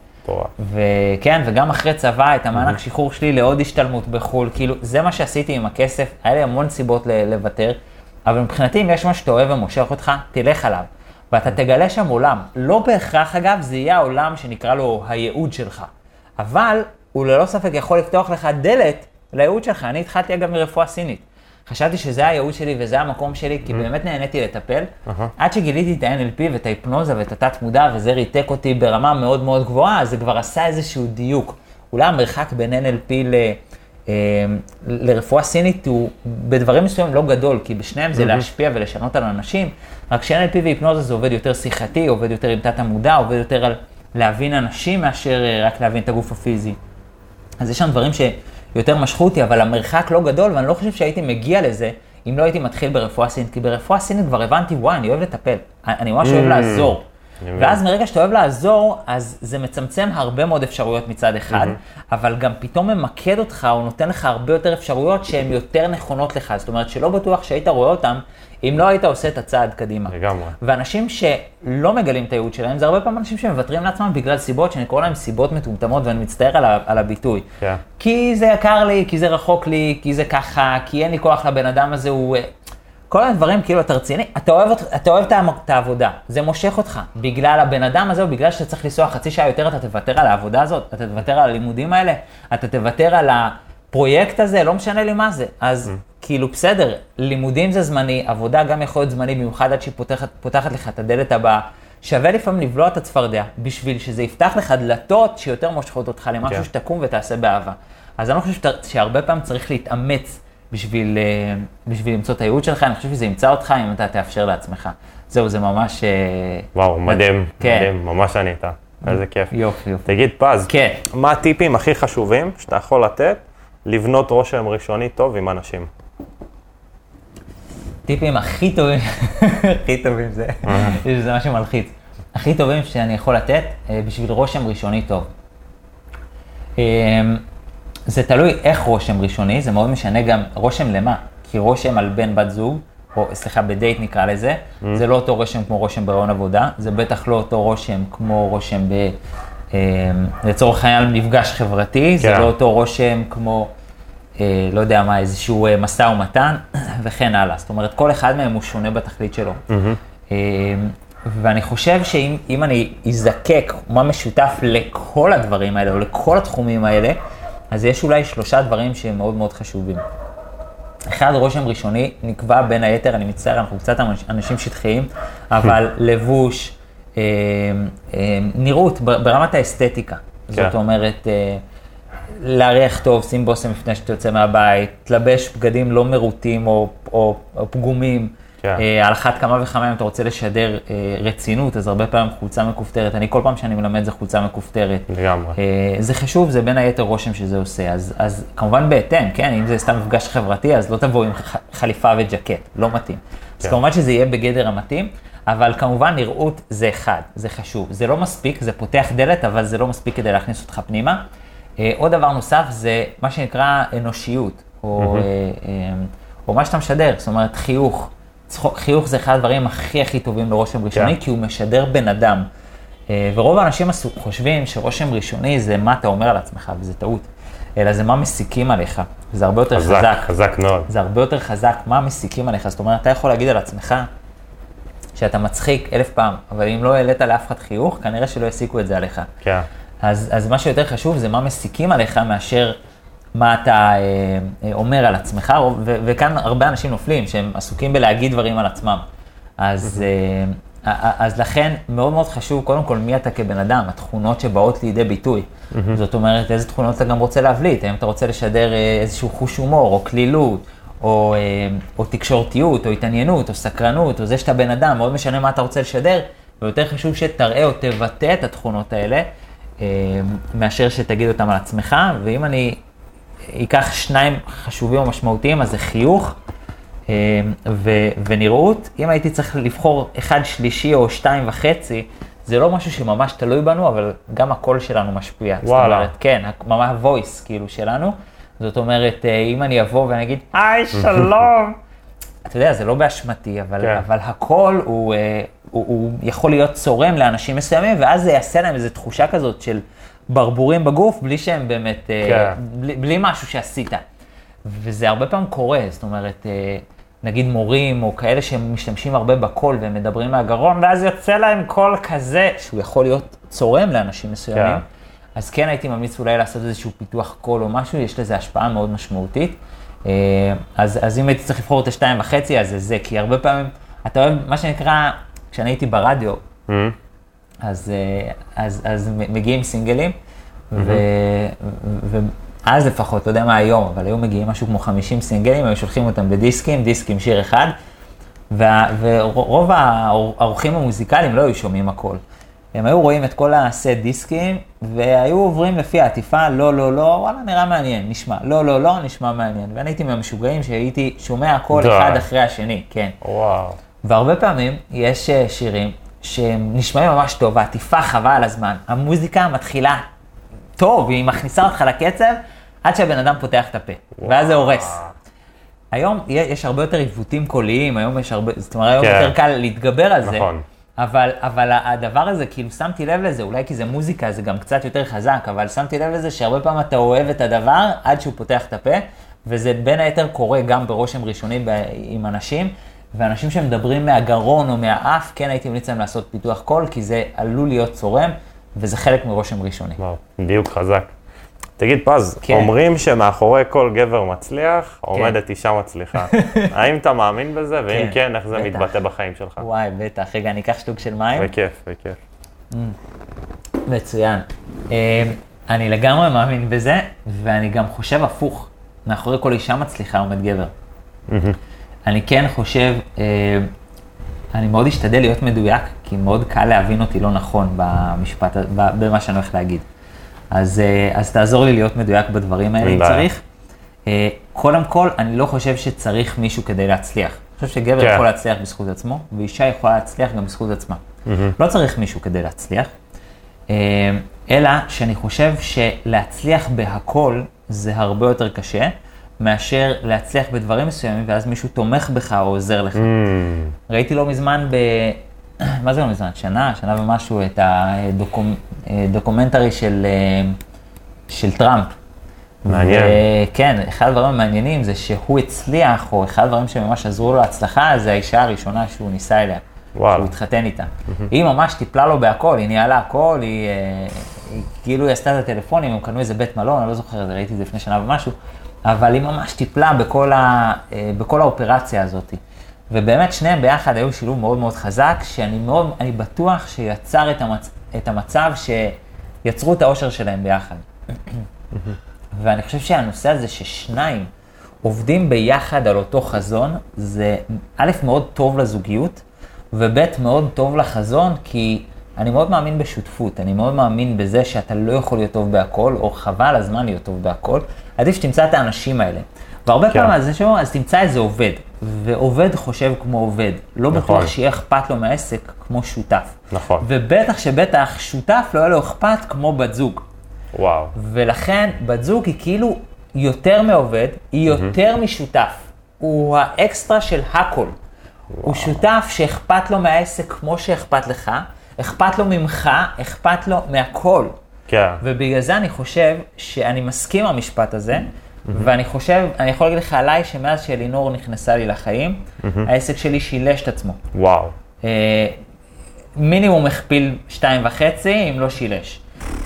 וכן, וגם אחרי צבא, את המענק שחרור שלי לעוד השתלמות בחול, כאילו, זה מה שעשיתי עם הכסף, היה לי המון סיבות לוותר, אבל מבחינתי, אם יש מה שאתה אוהב ומושך אותך, תלך עליו, ואתה תגלה שם עולם. לא בהכרח, אגב, זה יהיה העולם שנקרא לו הייעוד שלך, אבל הוא ללא ספק יכול לפתוח לך דלת לייעוד שלך. אני התחלתי אגב מרפואה סינית. חשבתי שזה הייעוד שלי וזה המקום שלי, כי באמת נהניתי לטפל, עד שגיליתי את ה-אן אל פי ואת ההיפנוזה ואת התת מודע, וזה ריתק אותי ברמה מאוד מאוד גבוהה, אז זה כבר עשה איזשהו דיוק. אולי המרחק בין אן אל פי ל... לרפואה סינית הוא בדברים מסוימים לא גדול, כי בשניהם זה להשפיע ולשנות על אנשים, רק ש-אן אל פי והיפנוזה זה עובד יותר שיחתי, עובד יותר עם תת המודע, עובד יותר על להבין אנשים מאשר רק להבין את הגוף הפיזי. אז יש שם דברים שיותר משכו אותי, אבל המרחק לא גדול, ואני לא חושב שהייתי מגיע לזה אם לא הייתי מתחיל ברפואה סינית, כי ברפואה סינית כבר הבנתי, וואי, אני אוהב לטפל, אני ממש אוהב לעזור. ואז מרגע שאתה אוהב לעזור, אז זה מצמצם הרבה מאוד אפשרויות מצד אחד, אבל גם פתאום ממקד אותך, או נותן לך הרבה יותר אפשרויות שהן יותר נכונות לך. זאת אומרת שלא בטוח שהיית רואה אותם, אם לא היית עושה את הצעד קדימה. לגמרי. ואנשים שלא מגלים את הייעוד שלהם, זה הרבה פעמים אנשים שמוותרים לעצמם בגלל סיבות, שאני קורא להם סיבות מטומטמות, ואני מצטער על, ה- על הביטוי. כן. כי זה יקר לי, כי זה רחוק לי, כי זה ככה, כי אין לי כוח לבן אדם הזה, הוא... כל הדברים, כאילו, אתה רציני, אתה אוהב, אתה אוהב את העבודה, זה מושך אותך. בגלל הבן אדם הזה, או בגלל שאתה צריך לנסוע חצי שעה יותר, אתה תוותר על העבודה הזאת, אתה תוותר על הלימודים האלה, אתה תוותר על הפרויקט הזה, לא משנה לי מה זה. אז כאילו, בסדר, לימודים זה זמני, עבודה גם יכול להיות זמני, במיוחד עד שהיא פותחת, פותחת לך את הדלת הבאה. שווה לפעמים לבלוע את הצפרדע, בשביל שזה יפתח לך דלתות שיותר מושכות אותך למשהו שתקום ותעשה באהבה. אז אני לא חושב שהרבה פעם צריך להתאמץ בשביל, בשביל למצוא את הייעוד שלך, אני חושב שזה ימצא אותך אם אתה תאפשר לעצמך. זהו, זה ממש... וואו, מדהים, כן. מדהים, ממש ענית. איזה כיף. יופי, יופי. תגיד, פז, כן. מה הטיפים הכי חשובים שאתה יכול לתת לבנות רושם ראשוני טוב עם אנשים? טיפים הכי טובים, הכי טובים זה, זה משהו מלחיץ. הכי טובים שאני יכול לתת בשביל רושם ראשוני טוב. זה תלוי איך רושם ראשוני, זה מאוד משנה גם רושם למה. כי רושם על בן בת זוג, או סליחה, בדייט נקרא לזה, זה לא אותו רושם כמו רושם ברעיון עבודה, זה בטח לא אותו רושם כמו רושם ב... לצורך העניין מפגש חברתי, זה לא אותו רושם כמו... לא יודע מה, איזשהו מסע ומתן, וכן הלאה. זאת אומרת, כל אחד מהם הוא שונה בתכלית שלו. Mm-hmm. ואני חושב שאם אני אזקק מה משותף לכל הדברים האלה, או לכל התחומים האלה, אז יש אולי שלושה דברים שהם מאוד מאוד חשובים. אחד, רושם ראשוני, נקבע בין היתר, אני מצטער, אנחנו קצת אנשים שטחיים, אבל לבוש, נראות, ברמת האסתטיקה. זאת אומרת, להריח טוב, שים בושם לפני שאתה יוצא מהבית, תלבש בגדים לא מרוטים או, או, או פגומים, כן. אה, על אחת כמה וכמה אם אתה רוצה לשדר אה, רצינות, אז הרבה פעמים חולצה מקופטרת, אני כל פעם שאני מלמד זה חולצה מקופטרת. לגמרי. אה, זה חשוב, זה בין היתר רושם שזה עושה, אז, אז כמובן בהתאם, כן, אם זה סתם מפגש חברתי, אז לא תבוא עם ח, חליפה וג'קט, לא מתאים. כן. אז כמובן שזה יהיה בגדר המתאים, אבל כמובן נראות זה אחד, זה חשוב, זה לא מספיק, זה פותח דלת, אבל זה לא מספיק כדי להכניס אותך פנימה. עוד דבר נוסף זה מה שנקרא אנושיות, או, או מה שאתה משדר, זאת אומרת חיוך. חיוך זה אחד הדברים הכי הכי טובים לרושם ראשוני, כי הוא משדר בן אדם. ורוב האנשים חושבים שרושם ראשוני זה מה אתה אומר על עצמך, וזה טעות. אלא זה מה מסיקים עליך, זה הרבה יותר חזק. חזק, חזק מאוד. זה הרבה יותר חזק, מה מסיקים עליך. זאת אומרת, אתה יכול להגיד על עצמך שאתה מצחיק אלף פעם, אבל אם לא העלית לאף אחד חיוך, כנראה שלא יסיקו את זה עליך. כן. אז, אז מה שיותר חשוב זה מה מסיקים עליך מאשר מה אתה אה, אומר על עצמך, ו, וכאן הרבה אנשים נופלים שהם עסוקים בלהגיד דברים על עצמם. אז, אה, אז לכן מאוד מאוד חשוב קודם כל מי אתה כבן אדם, התכונות שבאות לידי ביטוי. זאת אומרת, איזה תכונות אתה גם רוצה להבליט, אם אתה רוצה לשדר איזשהו חוש הומור או כלילות, או, אה, או תקשורתיות, או התעניינות, או סקרנות, או זה שאתה בן אדם, מאוד משנה מה אתה רוצה לשדר, ויותר חשוב שתראה או תבטא את התכונות האלה, מאשר שתגיד אותם על עצמך, ואם אני אקח שניים חשובים או משמעותיים, אז זה חיוך ו- ונראות. אם הייתי צריך לבחור אחד שלישי או שתיים וחצי, זה לא משהו שממש תלוי בנו, אבל גם הקול שלנו משפיע. וואלה. זאת אומרת, כן, ממש ה-voice כאילו שלנו. זאת אומרת, אם אני אבוא ואני אגיד, היי, שלום. אתה יודע, זה לא באשמתי, אבל, כן. אבל הקול הוא... הוא, הוא יכול להיות צורם לאנשים מסוימים, ואז זה יעשה להם איזו תחושה כזאת של ברבורים בגוף, בלי שהם באמת, כן. בלי, בלי משהו שעשית. וזה הרבה פעמים קורה, זאת אומרת, נגיד מורים או כאלה שהם משתמשים הרבה בקול והם מדברים מהגרון, ואז יוצא להם קול כזה, שהוא יכול להיות צורם לאנשים מסוימים. כן. אז כן הייתי ממליץ אולי לעשות איזשהו פיתוח קול או משהו, יש לזה השפעה מאוד משמעותית. אז, אז אם הייתי צריך לבחור את השתיים וחצי, אז זה זה, כי הרבה פעמים, אתה אוהב מה שנקרא, כשאני הייתי ברדיו, mm-hmm. אז, אז, אז מגיעים סינגלים, mm-hmm. ו, ואז לפחות, לא יודע מה היום, אבל היום מגיעים משהו כמו חמישים סינגלים, הם שולחים אותם בדיסקים, דיסקים שיר אחד, וה, ורוב האורחים המוזיקליים לא היו שומעים הכל. הם היו רואים את כל הסט דיסקים, והיו עוברים לפי העטיפה, לא, לא, לא, וואלה, נראה מעניין, נשמע, לא, לא, לא, נשמע מעניין. ואני הייתי מהמשוגעים שהייתי שומע הכל אחד אחרי השני, כן. וואו. והרבה פעמים יש שירים שנשמעים ממש טוב, העטיפה חווה על הזמן. המוזיקה מתחילה טוב, היא מכניסה אותך לקצב, עד שהבן אדם פותח את הפה, וואו. ואז זה הורס. היום יש הרבה יותר עיוותים קוליים, היום יש הרבה, זאת אומרת, היום כן. יותר קל להתגבר על זה. נכון. אבל, אבל הדבר הזה, כאילו שמתי לב לזה, אולי כי זה מוזיקה, זה גם קצת יותר חזק, אבל שמתי לב לזה שהרבה פעמים אתה אוהב את הדבר עד שהוא פותח את הפה, וזה בין היתר קורה גם ברושם ראשוני עם אנשים, ואנשים שמדברים מהגרון או מהאף, כן הייתי ממליץ להם לעשות פיתוח קול, כי זה עלול להיות צורם, וזה חלק מרושם ראשוני. וואו, דיוק חזק. תגיד פז, כן. אומרים שמאחורי כל גבר מצליח, כן. עומדת אישה מצליחה. האם אתה מאמין בזה? ואם כן, כן איך זה בטח. מתבטא בחיים שלך? וואי, בטח. רגע, אני אקח שטוק של מים. בכיף, בכיף. Mm. מצוין. אני לגמרי מאמין בזה, ואני גם חושב הפוך. מאחורי כל אישה מצליחה עומד גבר. אני כן חושב, אני מאוד אשתדל להיות מדויק, כי מאוד קל להבין אותי לא נכון במשפט, במה שאני הולך להגיד. אז, אז תעזור לי להיות מדויק בדברים האלה אם צריך. קודם כל, אני לא חושב שצריך מישהו כדי להצליח. אני חושב שגבר יכול להצליח בזכות עצמו, ואישה יכולה להצליח גם בזכות עצמה. לא צריך מישהו כדי להצליח, אלא שאני חושב שלהצליח בהכל זה הרבה יותר קשה, מאשר להצליח בדברים מסוימים, ואז מישהו תומך בך או עוזר לך. ראיתי לא מזמן ב... מה זה לא מזמן? שנה, שנה ומשהו, את הדוקומנטרי של, של טראמפ. מעניין. כן, אחד הדברים המעניינים זה שהוא הצליח, או אחד הדברים שממש עזרו לו להצלחה, זה האישה הראשונה שהוא ניסה אליה. וואו. שהוא התחתן איתה. היא ממש טיפלה לו בהכל, היא ניהלה הכל, היא, היא כאילו היא עשתה את הטלפונים, הם קנו איזה בית מלון, אני לא זוכר, ראיתי את זה לפני שנה ומשהו, אבל היא ממש טיפלה בכל, ה, בכל האופרציה הזאת. ובאמת שניהם ביחד היו שילוב מאוד מאוד חזק, שאני מאוד, אני בטוח שיצר את, המצ... את המצב שיצרו את האושר שלהם ביחד. ואני חושב שהנושא הזה ששניים עובדים ביחד על אותו חזון, זה א' מאוד טוב לזוגיות, וב' מאוד טוב לחזון, כי אני מאוד מאמין בשותפות, אני מאוד מאמין בזה שאתה לא יכול להיות טוב בהכל, או חבל הזמן להיות טוב בהכל, עדיף שתמצא את האנשים האלה. והרבה פעמים אז, אז תמצא איזה עובד, ועובד חושב כמו עובד, לא נכון. בטוח שיהיה אכפת לו מהעסק כמו שותף. נכון. ובטח שבטח שותף לא יהיה לו אכפת כמו בת זוג. וואו. ולכן בת זוג היא כאילו יותר מעובד, היא יותר mm-hmm. משותף. הוא האקסטרה של הכל. וואו. הוא שותף שאכפת לו מהעסק כמו שאכפת לך, אכפת לו ממך, אכפת לו מהכל. כן. ובגלל זה אני חושב שאני מסכים עם המשפט הזה, ואני חושב, אני יכול להגיד לך עליי שמאז שאלינור נכנסה לי לחיים, העסק שלי שילש את עצמו. וואו. מינימום הכפיל שתיים וחצי, אם לא שילש.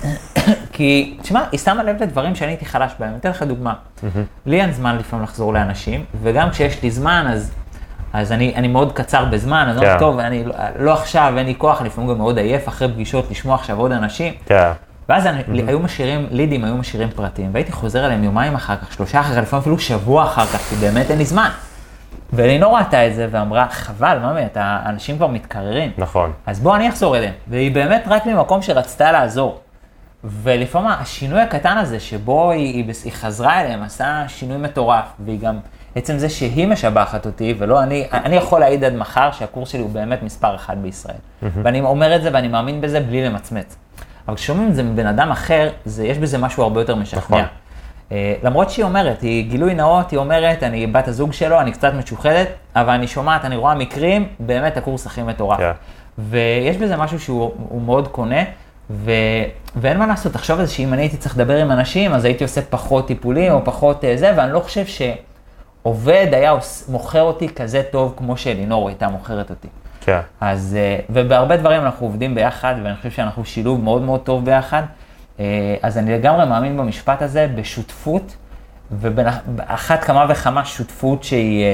כי, תשמע, היא שמה לב לדברים שאני הייתי חלש בהם. אני אתן לך דוגמה. לי אין זמן לפעמים לחזור לאנשים, וגם כשיש לי זמן, אז, אז אני, אני מאוד קצר בזמן, אז אני טוב, אני לא עכשיו, אין לי כוח, לפעמים גם מאוד עייף אחרי פגישות, לשמוע עכשיו עוד אנשים. כן. ואז אני, mm-hmm. היו משאירים, לידים היו משאירים פרטים, והייתי חוזר אליהם יומיים אחר כך, שלושה אחר כך, לפעמים אפילו שבוע אחר כך, כי באמת אין לי זמן. ואלינור ראתה את זה ואמרה, חבל, ממי, אתה, אנשים כבר מתקררים. נכון. אז בוא אני אחזור אליהם. והיא באמת רק ממקום שרצתה לעזור. ולפעמים השינוי הקטן הזה, שבו היא, היא, היא חזרה אליהם, עשה שינוי מטורף, והיא גם, עצם זה שהיא משבחת אותי, ולא אני, אני יכול להעיד עד מחר שהקורס שלי הוא באמת מספר אחד בישראל. Mm-hmm. ואני אומר את זה ואני מאמין בזה בלי למצמץ. אבל כששומעים את זה מבן אדם אחר, זה, יש בזה משהו הרבה יותר משכנע. נכון. Uh, למרות שהיא אומרת, היא גילוי נאות, היא אומרת, אני בת הזוג שלו, אני קצת משוחדת, אבל אני שומעת, אני רואה מקרים, באמת הקורס הכי מטורף. Yeah. ויש בזה משהו שהוא מאוד קונה, ו... ואין מה לעשות, תחשוב על זה שאם אני הייתי צריך לדבר עם אנשים, אז הייתי עושה פחות טיפולים או פחות uh, זה, ואני לא חושב שעובד היה מוכר אותי כזה טוב כמו שאלינור הייתה מוכרת אותי. כן. אז, ובהרבה דברים אנחנו עובדים ביחד, ואני חושב שאנחנו שילוב מאוד מאוד טוב ביחד. אז אני לגמרי מאמין במשפט הזה, בשותפות, ובאחת כמה וכמה שותפות שהיא,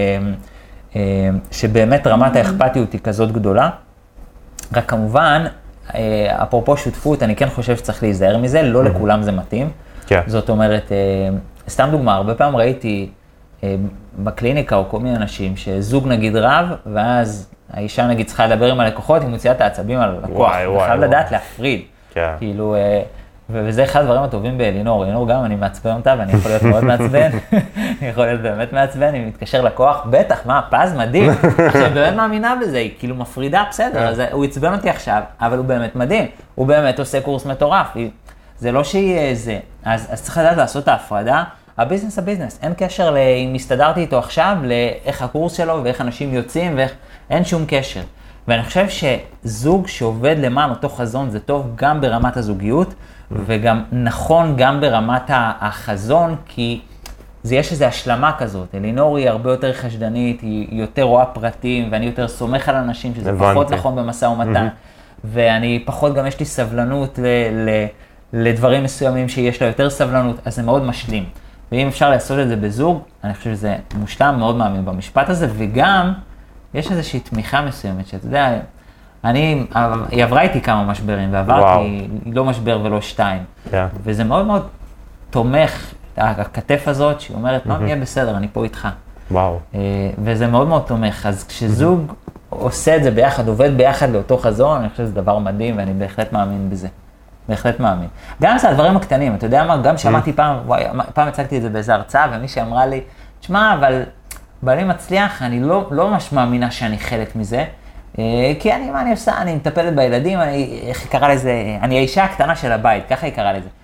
שבאמת רמת האכפתיות היא כזאת גדולה. רק כמובן, אפרופו שותפות, אני כן חושב שצריך להיזהר מזה, לא לכולם זה מתאים. כן. זאת אומרת, סתם דוגמה, הרבה פעמים ראיתי בקליניקה או כל מיני אנשים, שזוג נגיד רב, ואז האישה נגיד צריכה לדבר עם הלקוחות, היא מוציאה את העצבים על הלקוח. וואי, וואי, וחייב וואי. לדעת להפריד. כן. כאילו, וזה אחד הדברים הטובים באלינור. אלינור גם, אני מעצבן אותה, ואני יכול להיות מאוד מעצבן. אני יכול להיות באמת מעצבן, אני מתקשר לקוח, בטח, מה, פז מדהים. עכשיו, באמת מאמינה בזה, היא כאילו מפרידה, בסדר, אז הוא עצבן אותי עכשיו, אבל הוא באמת מדהים. הוא באמת עושה קורס מטורף. זה לא שהיא זה. אז, אז צריך לדעת לעשות את ההפרדה. הביזנס הביזנס, אין קשר אם הסתדרתי איתו עכשיו, לאיך הקורס שלו ואיך אנשים יוצאים, ואיך, אין שום קשר. ואני חושב שזוג שעובד למען אותו חזון זה טוב גם ברמת הזוגיות, וגם נכון גם ברמת החזון, כי זה יש איזו השלמה כזאת. אלינור היא הרבה יותר חשדנית, היא יותר רואה פרטים, ואני יותר סומך על אנשים, שזה הבנתי. פחות נכון במשא ומתן. Mm-hmm. ואני פחות גם יש לי סבלנות ל, ל, לדברים מסוימים שיש לה יותר סבלנות, אז זה מאוד משלים. ואם אפשר לעשות את זה בזוג, אני חושב שזה מושלם, מאוד מאמין במשפט הזה, וגם יש איזושהי תמיכה מסוימת, שאתה יודע, אני, היא עברה איתי כמה משברים, ועברתי לא משבר ולא שתיים. Yeah. וזה מאוד מאוד תומך, הכתף הזאת, שהיא אומרת, מה, יהיה בסדר, אני פה איתך. וואו. וזה מאוד מאוד תומך. אז כשזוג עושה את זה ביחד, עובד ביחד לאותו חזון, אני חושב שזה דבר מדהים, ואני בהחלט מאמין בזה. בהחלט מאמין. גם זה הדברים הקטנים, אתה יודע מה, גם שמעתי פעם, וואי, פעם הצגתי את זה באיזו הרצאה, ומישהי אמרה לי, תשמע, אבל בעלי מצליח, אני לא, לא ממש מאמינה שאני חלק מזה, כי אני, מה אני עושה? אני מטפלת בילדים, אני, איך היא קראה לזה? אני האישה הקטנה של הבית, ככה היא קראה לזה.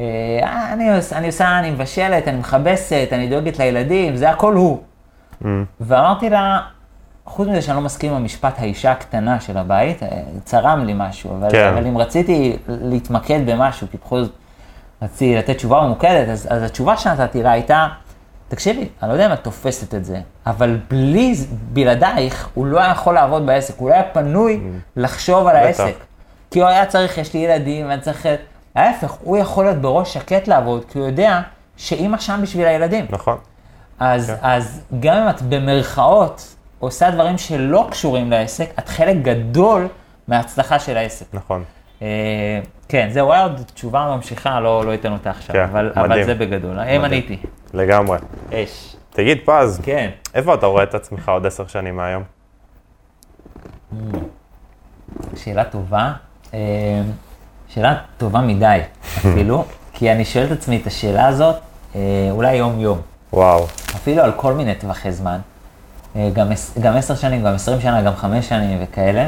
אני, אני עושה, אני מבשלת, אני מחבסת, אני דואגת לילדים, זה הכל הוא. Mm. ואמרתי לה, חוץ מזה שאני לא מסכים עם המשפט האישה הקטנה של הבית, צרם לי משהו, אבל, כן. אבל אם רציתי להתמקד במשהו, כי בכל זאת רציתי לתת תשובה ממוקדת, אז, אז התשובה שנתתי לה הייתה, תקשיבי, אני לא יודע אם את תופסת את זה, אבל בלי, בלעדייך, הוא לא היה יכול לעבוד בעסק, הוא לא היה פנוי mm. לחשוב על העסק. כי הוא היה צריך, יש לי ילדים, ואני צריך... ההפך, הוא יכול להיות בראש שקט לעבוד, כי הוא יודע שאמא שם בשביל הילדים. נכון. אז, okay. אז גם אם את במרכאות עושה דברים שלא קשורים לעסק, את חלק גדול מההצלחה של העסק. נכון. אה, כן, זה אולי עוד תשובה ממשיכה, לא, לא אתן אותה עכשיו, okay. אבל, אבל זה בגדול. אם עניתי. לגמרי. אש. תגיד, פז, כן. איפה אתה רואה את עצמך עוד עשר שנים מהיום? שאלה טובה. אה, שאלה טובה מדי, אפילו, כי אני שואל את עצמי את השאלה הזאת, אולי יום-יום. וואו. אפילו על כל מיני טווחי זמן, גם, גם עשר שנים, גם עשרים שנה, גם חמש שנים וכאלה,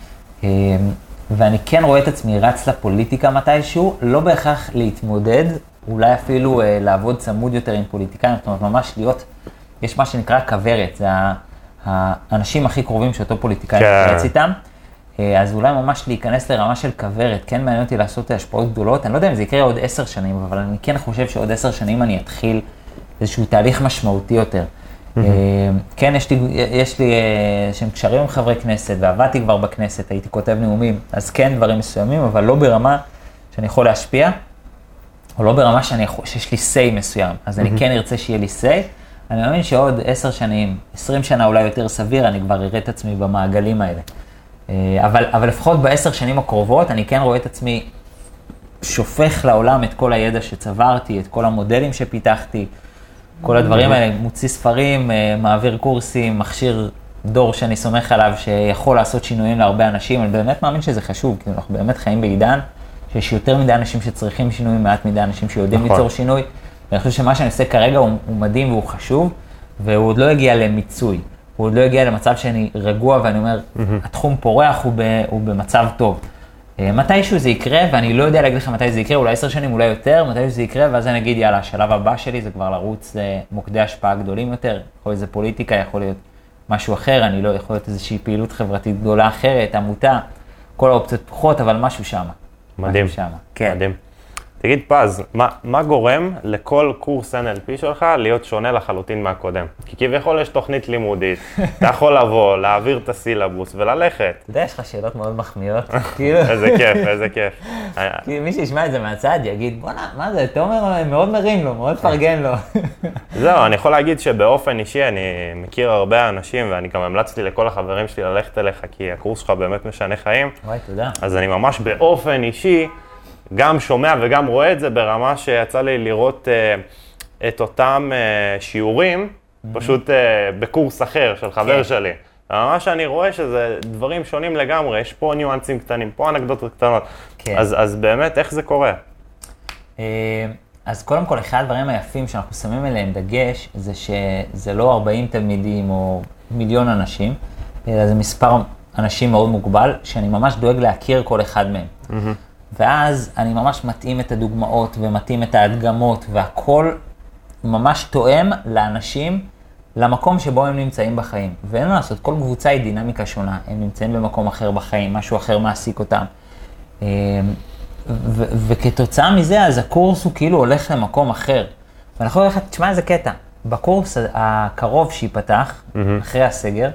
ואני כן רואה את עצמי רץ לפוליטיקה מתישהו, לא בהכרח להתמודד, אולי אפילו לעבוד צמוד יותר עם פוליטיקאים, זאת אומרת, ממש להיות, יש מה שנקרא כברת, זה האנשים הכי קרובים שאותו פוליטיקאי מתרץ איתם, אז אולי ממש להיכנס לרמה של כברת, כן מעניין אותי לעשות השפעות גדולות, אני לא יודע אם זה יקרה עוד עשר שנים, אבל אני כן חושב שעוד עשר שנים אני אתחיל איזשהו תהליך משמעותי יותר. Mm-hmm. כן, יש לי, יש לי שהם קשרים עם חברי כנסת, ועבדתי כבר בכנסת, הייתי כותב נאומים, אז כן דברים מסוימים, אבל לא ברמה שאני יכול להשפיע, או לא ברמה שאני יכול, שיש לי say מסוים, אז mm-hmm. אני כן ארצה שיהיה לי say, אני מאמין שעוד עשר שנים, עשרים שנה אולי יותר סביר, אני כבר אראה את עצמי במעגלים האלה. אבל, אבל לפחות בעשר שנים הקרובות, אני כן רואה את עצמי שופך לעולם את כל הידע שצברתי, את כל המודלים שפיתחתי, כל הדברים האלה, מוציא ספרים, מעביר קורסים, מכשיר דור שאני סומך עליו, שיכול לעשות שינויים להרבה אנשים. אני באמת מאמין שזה חשוב, כי אנחנו באמת חיים בעידן, שיש יותר מדי אנשים שצריכים שינוי, מעט מדי אנשים שיודעים נכון. ליצור שינוי, ואני חושב שמה שאני עושה כרגע הוא, הוא מדהים והוא חשוב, והוא עוד לא הגיע למיצוי. הוא עוד לא הגיע למצב שאני רגוע ואני אומר, mm-hmm. התחום פורח הוא, ב, הוא במצב טוב. מתישהו זה יקרה, ואני לא יודע להגיד לך מתי זה יקרה, אולי עשר שנים, אולי יותר, מתישהו זה יקרה, ואז אני אגיד, יאללה, השלב הבא שלי זה כבר לרוץ למוקדי השפעה גדולים יותר, יכול להיות זה פוליטיקה, יכול להיות משהו אחר, אני לא יכול להיות איזושהי פעילות חברתית גדולה אחרת, עמותה, כל האופציות פחות, אבל משהו שמה. מדהים, משהו שמה. כן. מדהים. תגיד פז, מה, מה גורם לכל קורס אן אל פי שלך להיות שונה לחלוטין מהקודם? כי כביכול יש תוכנית לימודית, אתה יכול לבוא, להעביר את הסילבוס וללכת. אתה יודע, יש לך שאלות מאוד מחמיאות. איזה כיף, איזה כיף. כי מי שישמע את זה מהצד יגיד, בוא'נה, מה זה, תומר מאוד מרים לו, מאוד פרגן לו. זהו, אני יכול להגיד שבאופן אישי אני מכיר הרבה אנשים, ואני גם המלצתי לכל החברים שלי ללכת אליך, כי הקורס שלך באמת משנה חיים. וואי, תודה. אז אני ממש באופן אישי, גם שומע וגם רואה את זה ברמה שיצא לי לראות uh, את אותם uh, שיעורים, mm-hmm. פשוט uh, בקורס אחר של חבר okay. שלי. ממש אני רואה שזה דברים שונים לגמרי, יש פה ניואנסים קטנים, פה אנקדוטות קטנות. Okay. אז, אז באמת, איך זה קורה? אז קודם כל, אחד הדברים היפים שאנחנו שמים אליהם דגש, זה שזה לא ארבעים תלמידים או מיליון אנשים, אלא זה מספר אנשים מאוד מוגבל, שאני ממש דואג להכיר כל אחד מהם. Mm-hmm. ואז אני ממש מתאים את הדוגמאות ומתאים את ההדגמות, והכל ממש תואם לאנשים, למקום שבו הם נמצאים בחיים. ואין מה לעשות, כל קבוצה היא דינמיקה שונה, הם נמצאים במקום אחר בחיים, משהו אחר מעסיק אותם. ו- וכתוצאה מזה, אז הקורס הוא כאילו הולך למקום אחר. ואני יכול ללכת, תשמע איזה קטע, בקורס הקרוב שיפתח, mm-hmm. אחרי הסגר,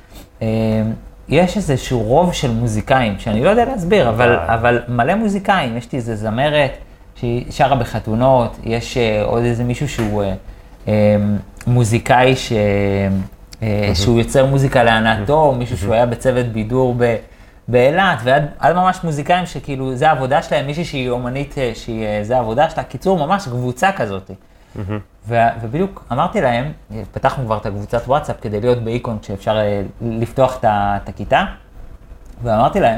יש איזשהו רוב של מוזיקאים, שאני לא יודע להסביר, אבל, אבל מלא מוזיקאים. יש לי איזה זמרת שהיא שרה בחתונות, יש עוד איזה מישהו שהוא מוזיקאי ש... שהוא יוצר מוזיקה להנאתו, מישהו שהוא היה בצוות בידור ב... באילת, ועד ממש מוזיקאים שכאילו זה העבודה שלהם, מישהי שהיא אומנית, שזה העבודה שלה, קיצור ממש קבוצה כזאת. ובדיוק אמרתי להם, פתחנו כבר את הקבוצת וואטסאפ כדי להיות באיקון כשאפשר לפתוח את הכיתה, ואמרתי להם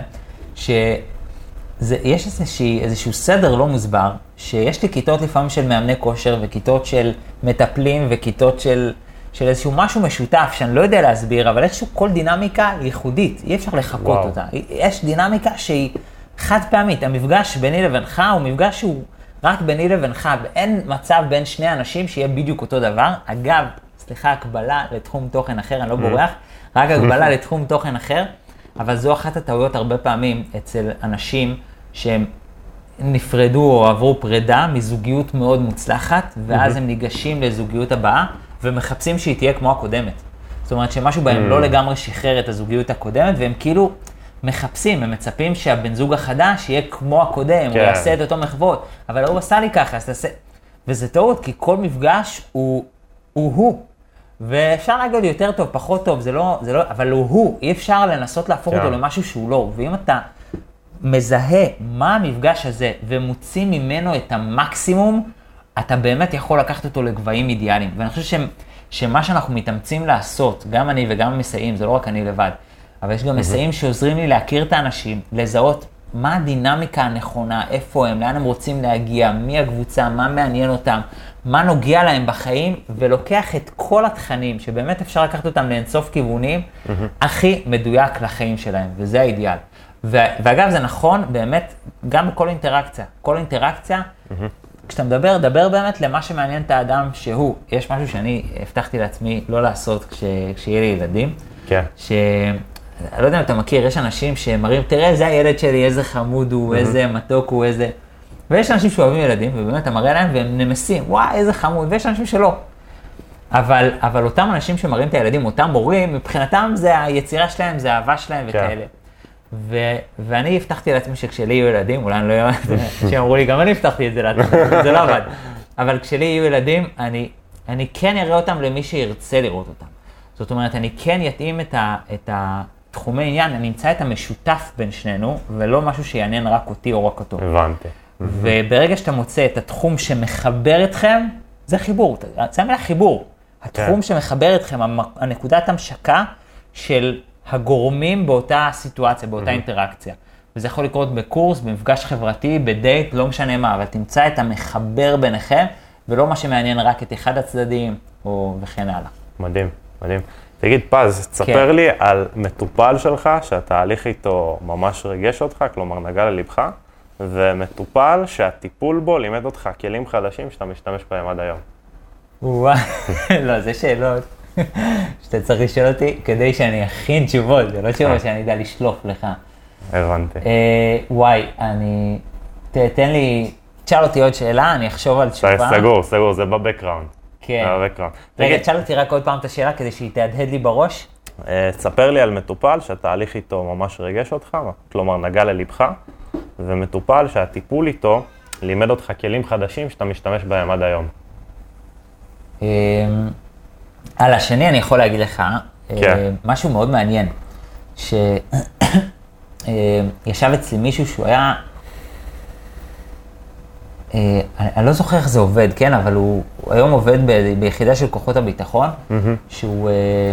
שיש איזשהו סדר לא מוסבר, שיש לי כיתות לפעמים של מאמני כושר וכיתות של מטפלים וכיתות של, של איזשהו משהו משותף שאני לא יודע להסביר, אבל איזשהו כל דינמיקה ייחודית, אי אפשר לחכות וואו. אותה. יש דינמיקה שהיא חד פעמית, המפגש ביני לבינך הוא מפגש שהוא רק ביני לבינך, ואין מצב בין שני אנשים שיהיה בדיוק אותו דבר. אגב, סליחה, הקבלה לתחום תוכן אחר, אני לא בורח, רק הקבלה לתחום תוכן אחר, אבל זו אחת הטעויות הרבה פעמים אצל אנשים שהם נפרדו או עברו פרידה מזוגיות מאוד מוצלחת, ואז הם ניגשים לזוגיות הבאה, ומחפשים שהיא תהיה כמו הקודמת. זאת אומרת שמשהו בהם לא לגמרי שחרר את הזוגיות הקודמת, והם כאילו מחפשים, הם מצפים שהבן זוג החדש יהיה כמו הקודם, הוא יעשה את אותו מחוות, אבל הוא עשה לי ככה, אז תעשה... וזה טעות, כי כל מפגש הוא הוא, ואפשר להגיד יותר טוב, פחות טוב, זה לא, זה לא, אבל הוא הוא, אי אפשר לנסות להפוך אותו למשהו שהוא לא, ואם אתה מזהה מה המפגש הזה, ומוציא ממנו את המקסימום, אתה באמת יכול לקחת אותו לגבהים אידיאליים, ואני חושב ש... שמה שאנחנו מתאמצים לעשות, גם אני וגם המסייעים, זה לא רק אני לבד, אבל יש גם מסייעים שעוזרים לי להכיר את האנשים, לזהות מה הדינמיקה הנכונה, איפה הם, לאן הם רוצים להגיע, מי הקבוצה, מה מעניין אותם, מה נוגע להם בחיים, ולוקח את כל התכנים שבאמת אפשר לקחת אותם לאינסוף כיוונים, הכי מדויק לחיים שלהם, וזה האידיאל. ואגב, זה נכון באמת גם בכל אינטראקציה. כל אינטראקציה, כשאתה מדבר, דבר באמת למה שמעניין את האדם שהוא. יש משהו שאני הבטחתי לעצמי לא לעשות כש, כשיהיה לי ילדים. כן. ש... אני לא יודע אם אתה מכיר, יש אנשים שמראים, תראה, זה הילד שלי, איזה חמוד הוא, איזה מתוק הוא, איזה... ויש אנשים שאוהבים ילדים, ובאמת אתה מראה להם והם נמסים, וואי, איזה חמוד, ויש אנשים שלא. אבל, אבל אותם אנשים שמראים את הילדים, אותם מורים, מבחינתם זה היצירה שלהם, זה האהבה שלהם וכאלה. ו, ואני הבטחתי לעצמי שכשלי יהיו ילדים, אולי אני לא יודע, שאמרו לי, גם אני הבטחתי את זה לעצמי, זה לא עבד. אבל כשלי יהיו ילדים, אני, אני כן אראה אותם למי שירצה לראות אותם. זאת אומרת, אני כן יתאים את ה, את התחומי עניין, אני אמצא את המשותף בין שנינו, ולא משהו שיעניין רק אותי או רק אותו. הבנתי. וברגע שאתה מוצא את התחום שמחבר אתכם, זה חיבור, זה המילה חיבור. התחום שמחבר אתכם, הנקודת המשקה של הגורמים באותה סיטואציה, באותה אינטראקציה. וזה יכול לקרות בקורס, במפגש חברתי, בדייט, לא משנה מה, אבל תמצא את המחבר ביניכם, ולא מה שמעניין רק את אחד הצדדים, או וכן הלאה. מדהים, מדהים. תגיד, פז, תספר לי על מטופל שלך, שהתהליך איתו ממש ריגש אותך, כלומר נגע ללבך, ומטופל שהטיפול בו לימד אותך כלים חדשים שאתה משתמש בהם עד היום. וואי, לא, זה שאלות שאתה צריך לשאול אותי כדי שאני אכין תשובות, זה לא תשובות שאני יודע לשלוף לך. הבנתי. וואי, אני, תן לי, תשאל אותי עוד שאלה, אני אחשוב על תשובה. סגור, סגור, זה בבקראונד. כן. רגע, תשאל אותי רק עוד פעם את השאלה כדי שהיא תהדהד לי בראש. תספר לי על מטופל שהתהליך איתו ממש ריגש אותך, כלומר נגע ללבך, ומטופל שהטיפול איתו לימד אותך כלים חדשים שאתה משתמש בהם עד היום. על השני אני יכול להגיד לך משהו מאוד מעניין, שישב אצלי מישהו שהוא היה, אני לא זוכר איך זה עובד, כן, אבל הוא היום עובד ביחידה של כוחות הביטחון, שהוא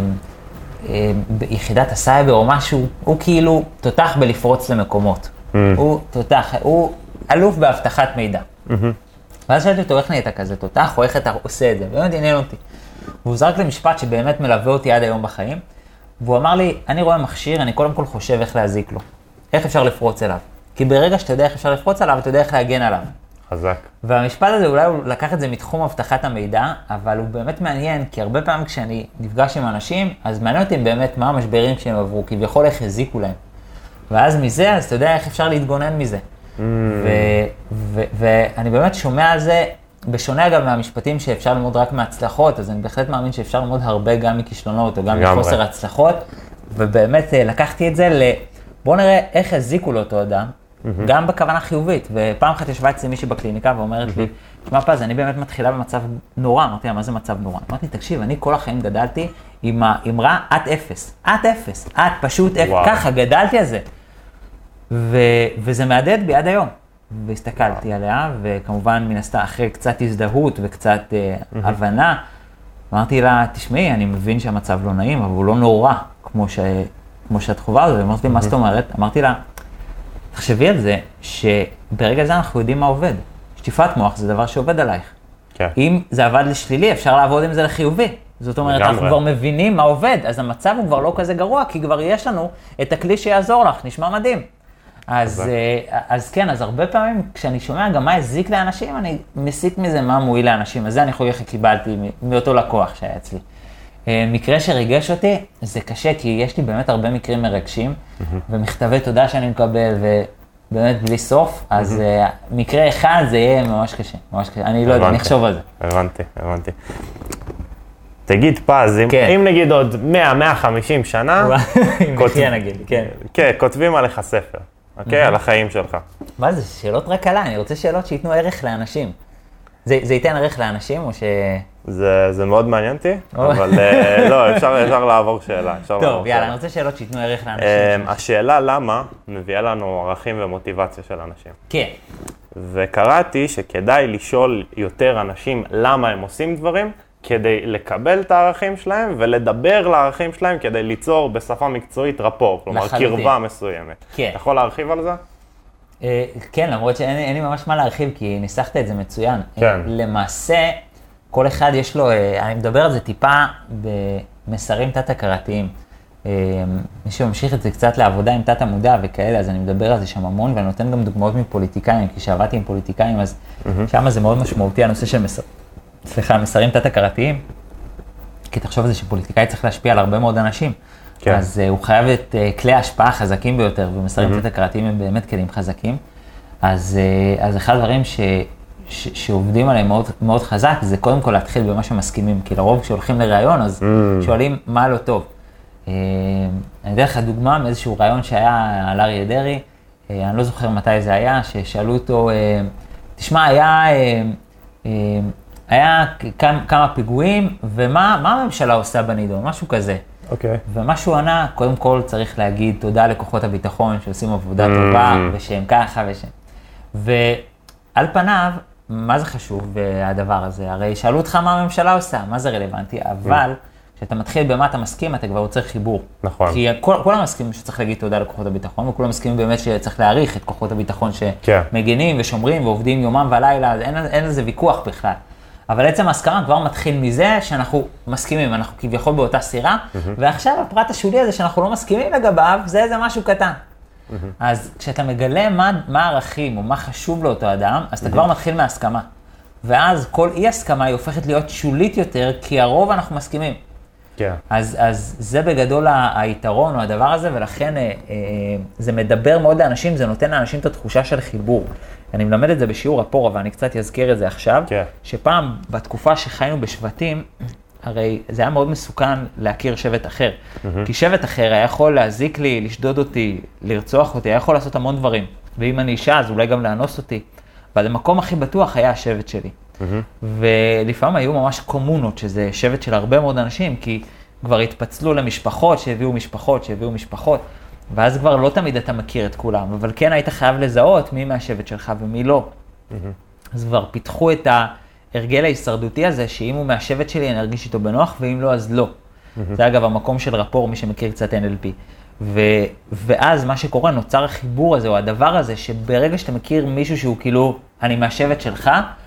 ביחידת הסייבר או משהו, הוא כאילו תותח בלפרוץ למקומות. הוא תותח, הוא אלוף בהבטחת מידע. ואז שאלתי אותו, איך נהיית כזה תותח, או איך אתה עושה את זה, באמת עניין אותי. והוא זרק לי משפט שבאמת מלווה אותי עד היום בחיים, והוא אמר לי, אני רואה מכשיר, אני קודם כל חושב איך להזיק לו. איך אפשר לפרוץ אליו? כי ברגע שאתה יודע איך אפשר לפרוץ עליו, אתה יודע איך להגן עליו. חזק. והמשפט הזה, אולי הוא לקח את זה מתחום הבטחת המידע, אבל הוא באמת מעניין, כי הרבה פעמים כשאני נפגש עם אנשים, אז מעניין אותי באמת מה המשברים שהם עברו, כביכול איך הזיקו להם. ואז מזה, אז אתה יודע איך אפשר להתגונן מזה. Mm. ואני באמת שומע על זה, בשונה אגב מהמשפטים שאפשר ללמוד רק מהצלחות, אז אני בהחלט מאמין שאפשר ללמוד הרבה גם מכישלונות, או גם מחוסר הצלחות, ובאמת לקחתי את זה ל... בואו נראה איך הזיקו לאותו אדם, mm-hmm. גם בכוונה חיובית. ופעם אחת ישבה אצלי מישהי בקליניקה ואומרת mm-hmm. לי, תשמע פז, אני באמת מתחילה במצב נורא. אמרתי לה, מה זה מצב נורא? אמרתי, תקשיב, אני כל החיים גדלתי עם האמרה, את אפס. את אפס. את פשוט אפס. ככה, גדלתי על זה. ו... וזה מהדהד בי עד היום. והסתכלתי עליה, וכמובן מן הסתם אחרי קצת הזדהות וקצת mm-hmm. הבנה, אמרתי לה, תשמעי, אני מבין שהמצב לא נעים, אבל הוא לא נורא, כמו ש... כמו שאת חובה הזו, ואמרתי לי, מה זאת אומרת? אמרתי לה, תחשבי על זה, שברגע זה אנחנו יודעים מה עובד. שטיפת מוח זה דבר שעובד עלייך. כן. אם זה עבד לשלילי, אפשר לעבוד עם זה לחיובי. זאת אומרת, אנחנו כבר מבינים מה עובד, אז המצב הוא כבר לא כזה גרוע, כי כבר יש לנו את הכלי שיעזור לך, נשמע מדהים. אז, אז כן, אז הרבה פעמים כשאני שומע גם מה הזיק לאנשים, אני מסיק מזה מה מועיל לאנשים. אז זה אני חושב איך קיבלתי מאותו לקוח שהיה אצלי. מקרה שריגש אותי, זה קשה, כי יש לי באמת הרבה מקרים מרגשים, ומכתבי תודה שאני מקבל, ובאמת בלי סוף, אז מקרה אחד זה יהיה ממש קשה, ממש קשה. אני לא יודע, אני אחשוב על זה. הבנתי, הבנתי. תגיד פז, אם נגיד עוד מאה מאה וחמישים שנה, כותבים עליך ספר, על החיים שלך. מה זה, שאלות רק עליי, אני רוצה שאלות שייתנו ערך לאנשים. זה ייתן ערך לאנשים או ש... זה מאוד מעניין אותי, אבל לא, אפשר לעבור שאלה. טוב, יאללה, אני רוצה שאלות שייתנו ערך לאנשים. השאלה למה מביאה לנו ערכים ומוטיבציה של אנשים. כן. וקראתי שכדאי לשאול יותר אנשים למה הם עושים דברים, כדי לקבל את הערכים שלהם ולדבר לערכים שלהם כדי ליצור בשפה מקצועית רפור, כלומר קרבה מסוימת. כן. אתה יכול להרחיב על זה? כן, למרות שאין לי ממש מה להרחיב, כי ניסחת את זה מצוין. כן. למעשה, כל אחד יש לו, אני מדבר על זה טיפה במסרים תת-הכרתיים. מי שממשיך את זה קצת לעבודה עם תת-המודע וכאלה, אז אני מדבר על זה שם המון, ואני נותן גם דוגמאות מפוליטיקאים, כי שעבדתי עם פוליטיקאים, אז שם זה מאוד משמעותי, הנושא של מסר... סליחה, מסרים תת-הכרתיים. כי תחשוב על זה שפוליטיקאי צריך להשפיע על הרבה מאוד אנשים. כן. אז uh, הוא חייב את uh, כלי ההשפעה חזקים ביותר, ומסרים mm-hmm. תת-הכרתיים הם באמת כלים חזקים. אז, uh, אז אחד הדברים ש, ש, שעובדים עליהם מאוד, מאוד חזק, זה קודם כל להתחיל במה שמסכימים, כי לרוב כשהולכים לראיון, אז mm-hmm. שואלים מה לא טוב. Uh, אני אתן לך דוגמה מאיזשהו ראיון שהיה על אריה דרעי, uh, אני לא זוכר מתי זה היה, ששאלו אותו, uh, תשמע, היה, uh, uh, היה כמה, כמה פיגועים, ומה מה הממשלה עושה בנידון, משהו כזה. אוקיי. ומה שהוא ענה, קודם כל צריך להגיד תודה לכוחות הביטחון שעושים עבודה טובה, ושהם ככה ושהם. ועל פניו, מה זה חשוב הדבר הזה? הרי שאלו אותך מה הממשלה עושה, מה זה רלוונטי, אבל כשאתה מתחיל במה אתה מסכים, אתה כבר רוצה חיבור. נכון. כי כולם מסכימים שצריך להגיד תודה לכוחות הביטחון, וכולם מסכימים באמת שצריך להעריך את כוחות הביטחון שמגנים ושומרים ועובדים יומם ולילה, אז אין, אין לזה ויכוח בכלל. אבל עצם ההסכמה כבר מתחיל מזה שאנחנו מסכימים, אנחנו כביכול באותה סירה, mm-hmm. ועכשיו הפרט השולי הזה שאנחנו לא מסכימים לגביו, זה איזה משהו קטן. Mm-hmm. אז כשאתה מגלה מה, מה הערכים או מה חשוב לאותו אדם, אז אתה mm-hmm. כבר מתחיל מההסכמה. ואז כל אי הסכמה היא הופכת להיות שולית יותר, כי הרוב אנחנו מסכימים. כן. אז, אז זה בגדול היתרון או הדבר הזה, ולכן אה, אה, זה מדבר מאוד לאנשים, זה נותן לאנשים את התחושה של חיבור. אני מלמד את זה בשיעור הפורה, ואני קצת אזכיר את זה עכשיו, כן. שפעם בתקופה שחיינו בשבטים, הרי זה היה מאוד מסוכן להכיר שבט אחר. Mm-hmm. כי שבט אחר היה יכול להזיק לי, לשדוד אותי, לרצוח אותי, היה יכול לעשות המון דברים. ואם אני אישה, אז אולי גם לאנוס אותי. אבל המקום הכי בטוח היה השבט שלי. Mm-hmm. ולפעמים היו ממש קומונות, שזה שבט של הרבה מאוד אנשים, כי כבר התפצלו למשפחות, שהביאו משפחות, שהביאו משפחות, ואז כבר לא תמיד אתה מכיר את כולם, אבל כן היית חייב לזהות מי מהשבט שלך ומי לא. Mm-hmm. אז כבר פיתחו את ההרגל ההישרדותי הזה, שאם הוא מהשבט שלי אני ארגיש איתו בנוח, ואם לא אז לא. Mm-hmm. זה אגב המקום של רפור, מי שמכיר קצת אן אל פי. ו... ואז מה שקורה, נוצר החיבור הזה, או הדבר הזה, שברגע שאתה מכיר מישהו שהוא כאילו, אני מהשבט שלך,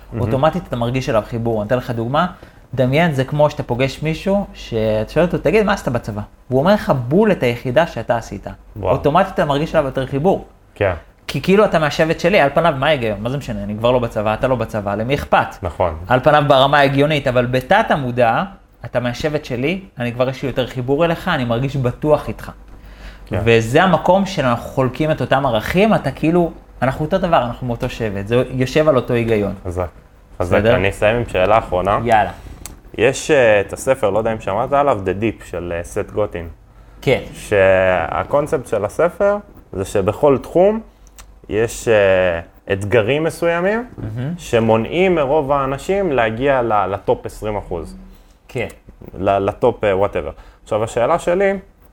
mm-hmm. אוטומטית אתה מרגיש עליו חיבור. אני אתן לך דוגמה, דמיין, זה כמו שאתה פוגש מישהו, שאתה שואל אותו, תגיד, מה עשית בצבא? והוא אומר לך בול את היחידה שאתה עשית. וואו. אוטומטית אתה מרגיש עליו יותר חיבור. כן. כי כאילו אתה מהשבט שלי, על פניו, מה ההיגיון? מה זה משנה? אני כבר לא בצבא, אתה לא בצבא, למי אכפת? נכון. על פניו ברמה ההגיונית, אבל בתת המודע, אתה מהשבט שלי, אני כבר יש לי יותר חיבור אליך, אני מרגיש בטוח איתך. כן. וזה המקום שאנחנו חולקים את אותם ערכים, אתה כאילו, אנחנו אותו דבר, אנחנו מאותו שבט, זה יושב על אותו היגיון. חזק. חזק, אני אסיים עם שאלה אחרונה. יאללה. יש uh, את הספר, לא יודע אם שמעת עליו, The Deep של uh, סט גוטין. כן. שהקונספט של הספר זה שבכל תחום יש uh, אתגרים מסוימים mm-hmm. שמונעים מרוב האנשים להגיע לטופ עשרים אחוז. כן. לטופ uh, whatever. עכשיו השאלה שלי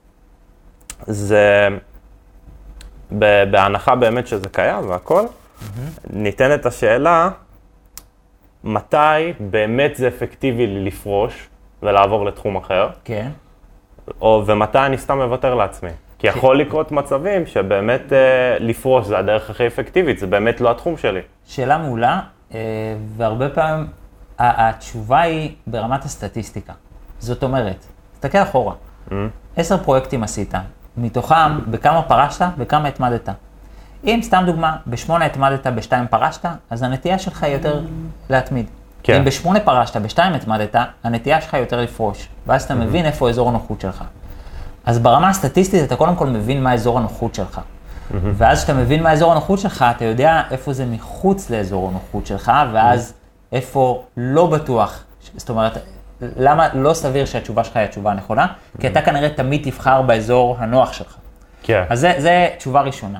זה, בהנחה באמת שזה קיים והכל, mm-hmm. ניתן את השאלה, מתי באמת זה אפקטיבי לי לפרוש ולעבור לתחום אחר? כן. או, ומתי אני סתם מוותר לעצמי? כי כן. יכול לקרות מצבים שבאמת אה, לפרוש זה הדרך הכי אפקטיבית, זה באמת לא התחום שלי. שאלה מעולה, אה, והרבה פעמים התשובה היא ברמת הסטטיסטיקה. זאת אומרת, תסתכל אחורה, mm-hmm. עשר פרויקטים עשית, מתוכם בכמה פרשת, בכמה התמדת. אם סתם דוגמה, בשמונה התמדת, בשתיים פרשת, אז הנטייה שלך היא יותר להתמיד. כן. אם בשמונה פרשת, בשתיים התמדת, הנטייה שלך היא יותר לפרוש. ואז אתה mm-hmm. מבין איפה אזור הנוחות שלך. אז ברמה הסטטיסטית אתה קודם כל מבין מה אזור הנוחות שלך. Mm-hmm. ואז כשאתה מבין מה אזור הנוחות שלך, אתה יודע איפה זה מחוץ לאזור הנוחות שלך, ואז mm-hmm. איפה לא בטוח. זאת אומרת, למה לא סביר שהתשובה שלך היא התשובה הנכונה? Mm-hmm. כי אתה כנראה תמיד תבחר באזור הנוח שלך. כן. אז זה, זה תשובה ראשונה.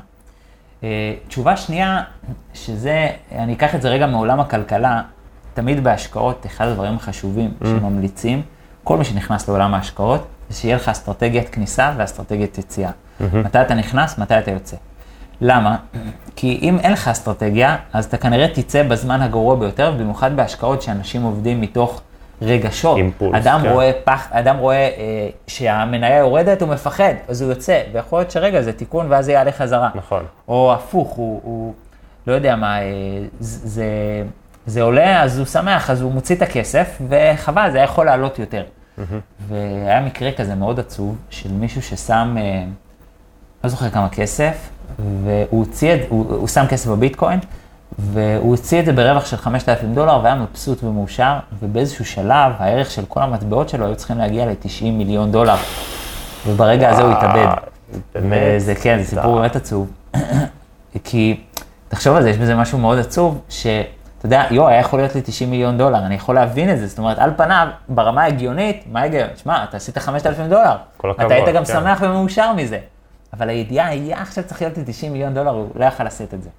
תשובה שנייה, שזה, אני אקח את זה רגע מעולם הכלכלה, תמיד בהשקעות, אחד הדברים החשובים mm. שממליצים, כל מי שנכנס לעולם ההשקעות, זה שיהיה לך אסטרטגיית כניסה ואסטרטגיית יציאה. Mm-hmm. מתי אתה נכנס, מתי אתה יוצא. למה? כי אם אין לך אסטרטגיה, אז אתה כנראה תצא בזמן הגרוע ביותר, במיוחד בהשקעות שאנשים עובדים מתוך רגשות. אימפולס, אדם כן. רואה פח, אדם רואה אה, שהמניה יורדת, הוא מפחד, אז הוא יוצא, ויכול להיות שרגע זה תיקון ואז זה יעלה חזרה. נכון. או הפוך, הוא, הוא לא יודע מה, אה, זה, זה עולה, אז הוא שמח, אז הוא מוציא את הכסף, וחבל, זה היה יכול לעלות יותר. Mm-hmm. והיה מקרה כזה מאוד עצוב, של מישהו ששם, אה, לא זוכר כמה כסף, והוא הוציא, הוא, הוא שם כסף בביטקוין, והוא הוציא את זה ברווח של חמשת אלפים דולר, והיה מבסוט ומאושר, ובאיזשהו שלב, הערך של כל המטבעות שלו היו צריכים להגיע ל-תשעים מיליון דולר. וברגע הזה הוא התאבד. וזה כן, זה סיפור באמת עצוב. כי, תחשוב על זה, יש בזה משהו מאוד עצוב, שאתה יודע, יו, היה יכול להיות לי תשעים מיליון דולר, אני יכול להבין את זה. זאת אומרת, על פניו, ברמה ההגיונית, מה ההגיון? שמע, אתה עשית חמשת אלפים דולר. אתה היית גם שמח ומאושר מזה. אבל הידיעה היה עכשיו צריך להיות לי תשעים מיליון דולר, הוא לא יכול לשאת את זה.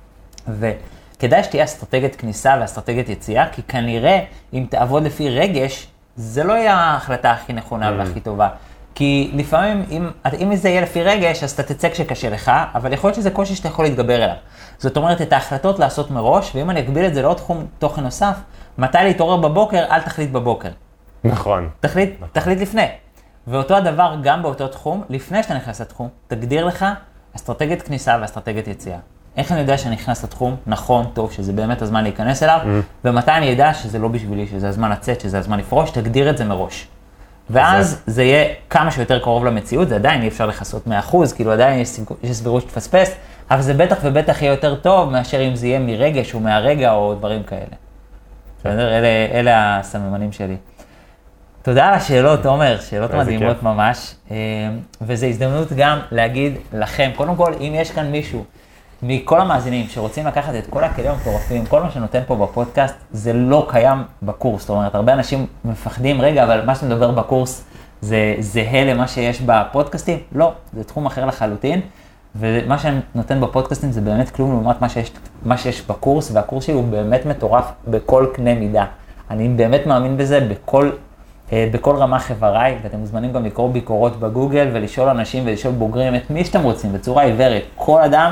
וכדאי שתהיה אסטרטגיית כניסה ואסטרטגיית יציאה, כי כנראה אם תעבוד לפי רגש, זה לא יהיה ההחלטה הכי נכונה mm. והכי טובה. כי לפעמים, אם, אם זה יהיה לפי רגש, אז אתה תצא כשקשה לך, אבל יכול להיות שזה קושי שאתה יכול להתגבר אליו. זאת אומרת, את ההחלטות לעשות מראש, ואם אני אגביל את זה לעוד תחום תוכן נוסף, מתי להתעורר בבוקר, אל תחליט בבוקר. נכון. תחליט, נכון. תחליט לפני. ואותו הדבר גם באותו תחום, לפני שאתה נכנס לתחום, תגדיר לך אסטרטגיית כניסה ואסטרטגיית יציאה. איך אני יודע שאני נכנס לתחום? נכון, טוב, שזה באמת הזמן להיכנס אליו, mm. ומתי אני יודע שזה לא בשבילי, שזה הזמן לצאת, שזה הזמן לפרוש, תגדיר את זה מראש. ואז זה, זה יהיה כמה שיותר קרוב למציאות, זה עדיין אי אפשר לחסות מאה אחוז, כאילו עדיין יש, יש סבירות שתפספס, אבל זה בטח ובטח יהיה יותר טוב, מאשר אם זה יהיה מרגש או מהרגע או דברים כאלה. בסדר? אלה, אלה הסממנים שלי. תודה על השאלות, עומר, שאלות מדהימות ממש, וזו הזדמנות גם להגיד לכם, קודם כל, אם יש כאן מישהו, מכל המאזינים שרוצים לקחת את כל הכלים המטורפים, כל מה שנותן פה בפודקאסט, זה לא קיים בקורס. זאת אומרת, הרבה אנשים מפחדים, רגע, אבל מה שאתה מדבר בקורס זה זהה למה שיש בפודקאסטים? לא, זה תחום אחר לחלוטין, ומה שאני נותן בפודקאסטים זה באמת כלום לעומת מה שיש, מה שיש בקורס, והקורס שלי הוא באמת מטורף בכל קנה מידה. אני באמת מאמין בזה בכל, בכל רמה חבריי, ואתם מוזמנים גם לקרוא ביקורות בגוגל ולשאול אנשים ולשאול בוגרים את מי שאתם רוצים, בצורה עיוורת. כל אדם,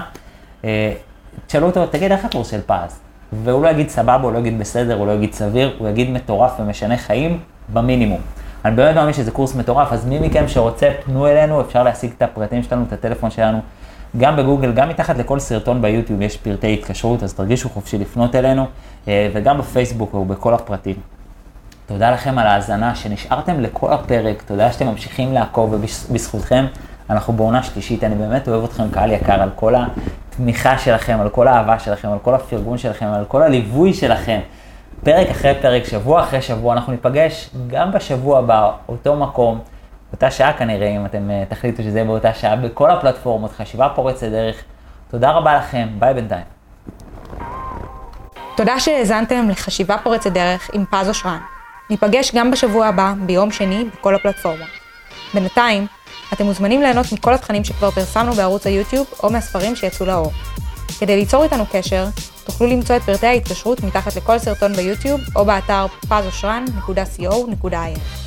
תשאלו אותו, תגיד איך הקורס של פז? והוא לא יגיד סבבה, הוא לא יגיד בסדר, הוא לא יגיד סביר, הוא יגיד מטורף ומשנה חיים במינימום. אני באמת מאמין שזה קורס מטורף, אז מי מכם שרוצה, פנו אלינו, אפשר להשיג את הפרטים שלנו, את הטלפון שלנו גם בגוגל, גם מתחת לכל סרטון ביוטיוב יש פרטי התקשרות, אז תרגישו חופשי לפנות אלינו, וגם בפייסבוק ובכל הפרטים. תודה לכם על ההאזנה שנשארתם לכל הפרק, תודה שאתם ממשיכים לעקוב, ובזכותכם אנחנו בעונה שלישית. אני באמת אוהב אתכם קהל יקר על כל התמיכה שלכם, על כל האהבה שלכם, על כל הפרגון שלכם, על כל הליווי שלכם. פרק אחרי פרק, שבוע אחרי שבוע, אנחנו ניפגש גם בשבוע הבא, אותו מקום, אותה שעה כנראה, אם אתם תחליטו שזה באותה שעה, בכל הפלטפורמות, חשיבה פורצת דרך. תודה רבה לכם, ביי בינתיים. תודה שהאזנתם לחשיבה פורצת דרך עם פז אושרן. ניפגש גם בשבוע הבא, ביום שני, בכל הפלטפורמות. בינתיים, אתם מוזמנים ליהנות מכל התכנים שכבר פרסמנו בערוץ היוטיוב או מהספרים שיצאו לאור. כדי ליצור איתנו קשר, תוכלו למצוא את פרטי ההתקשרות מתחת לכל סרטון ביוטיוב או באתר פז אושרן נקודה סי או נקודה איי אן.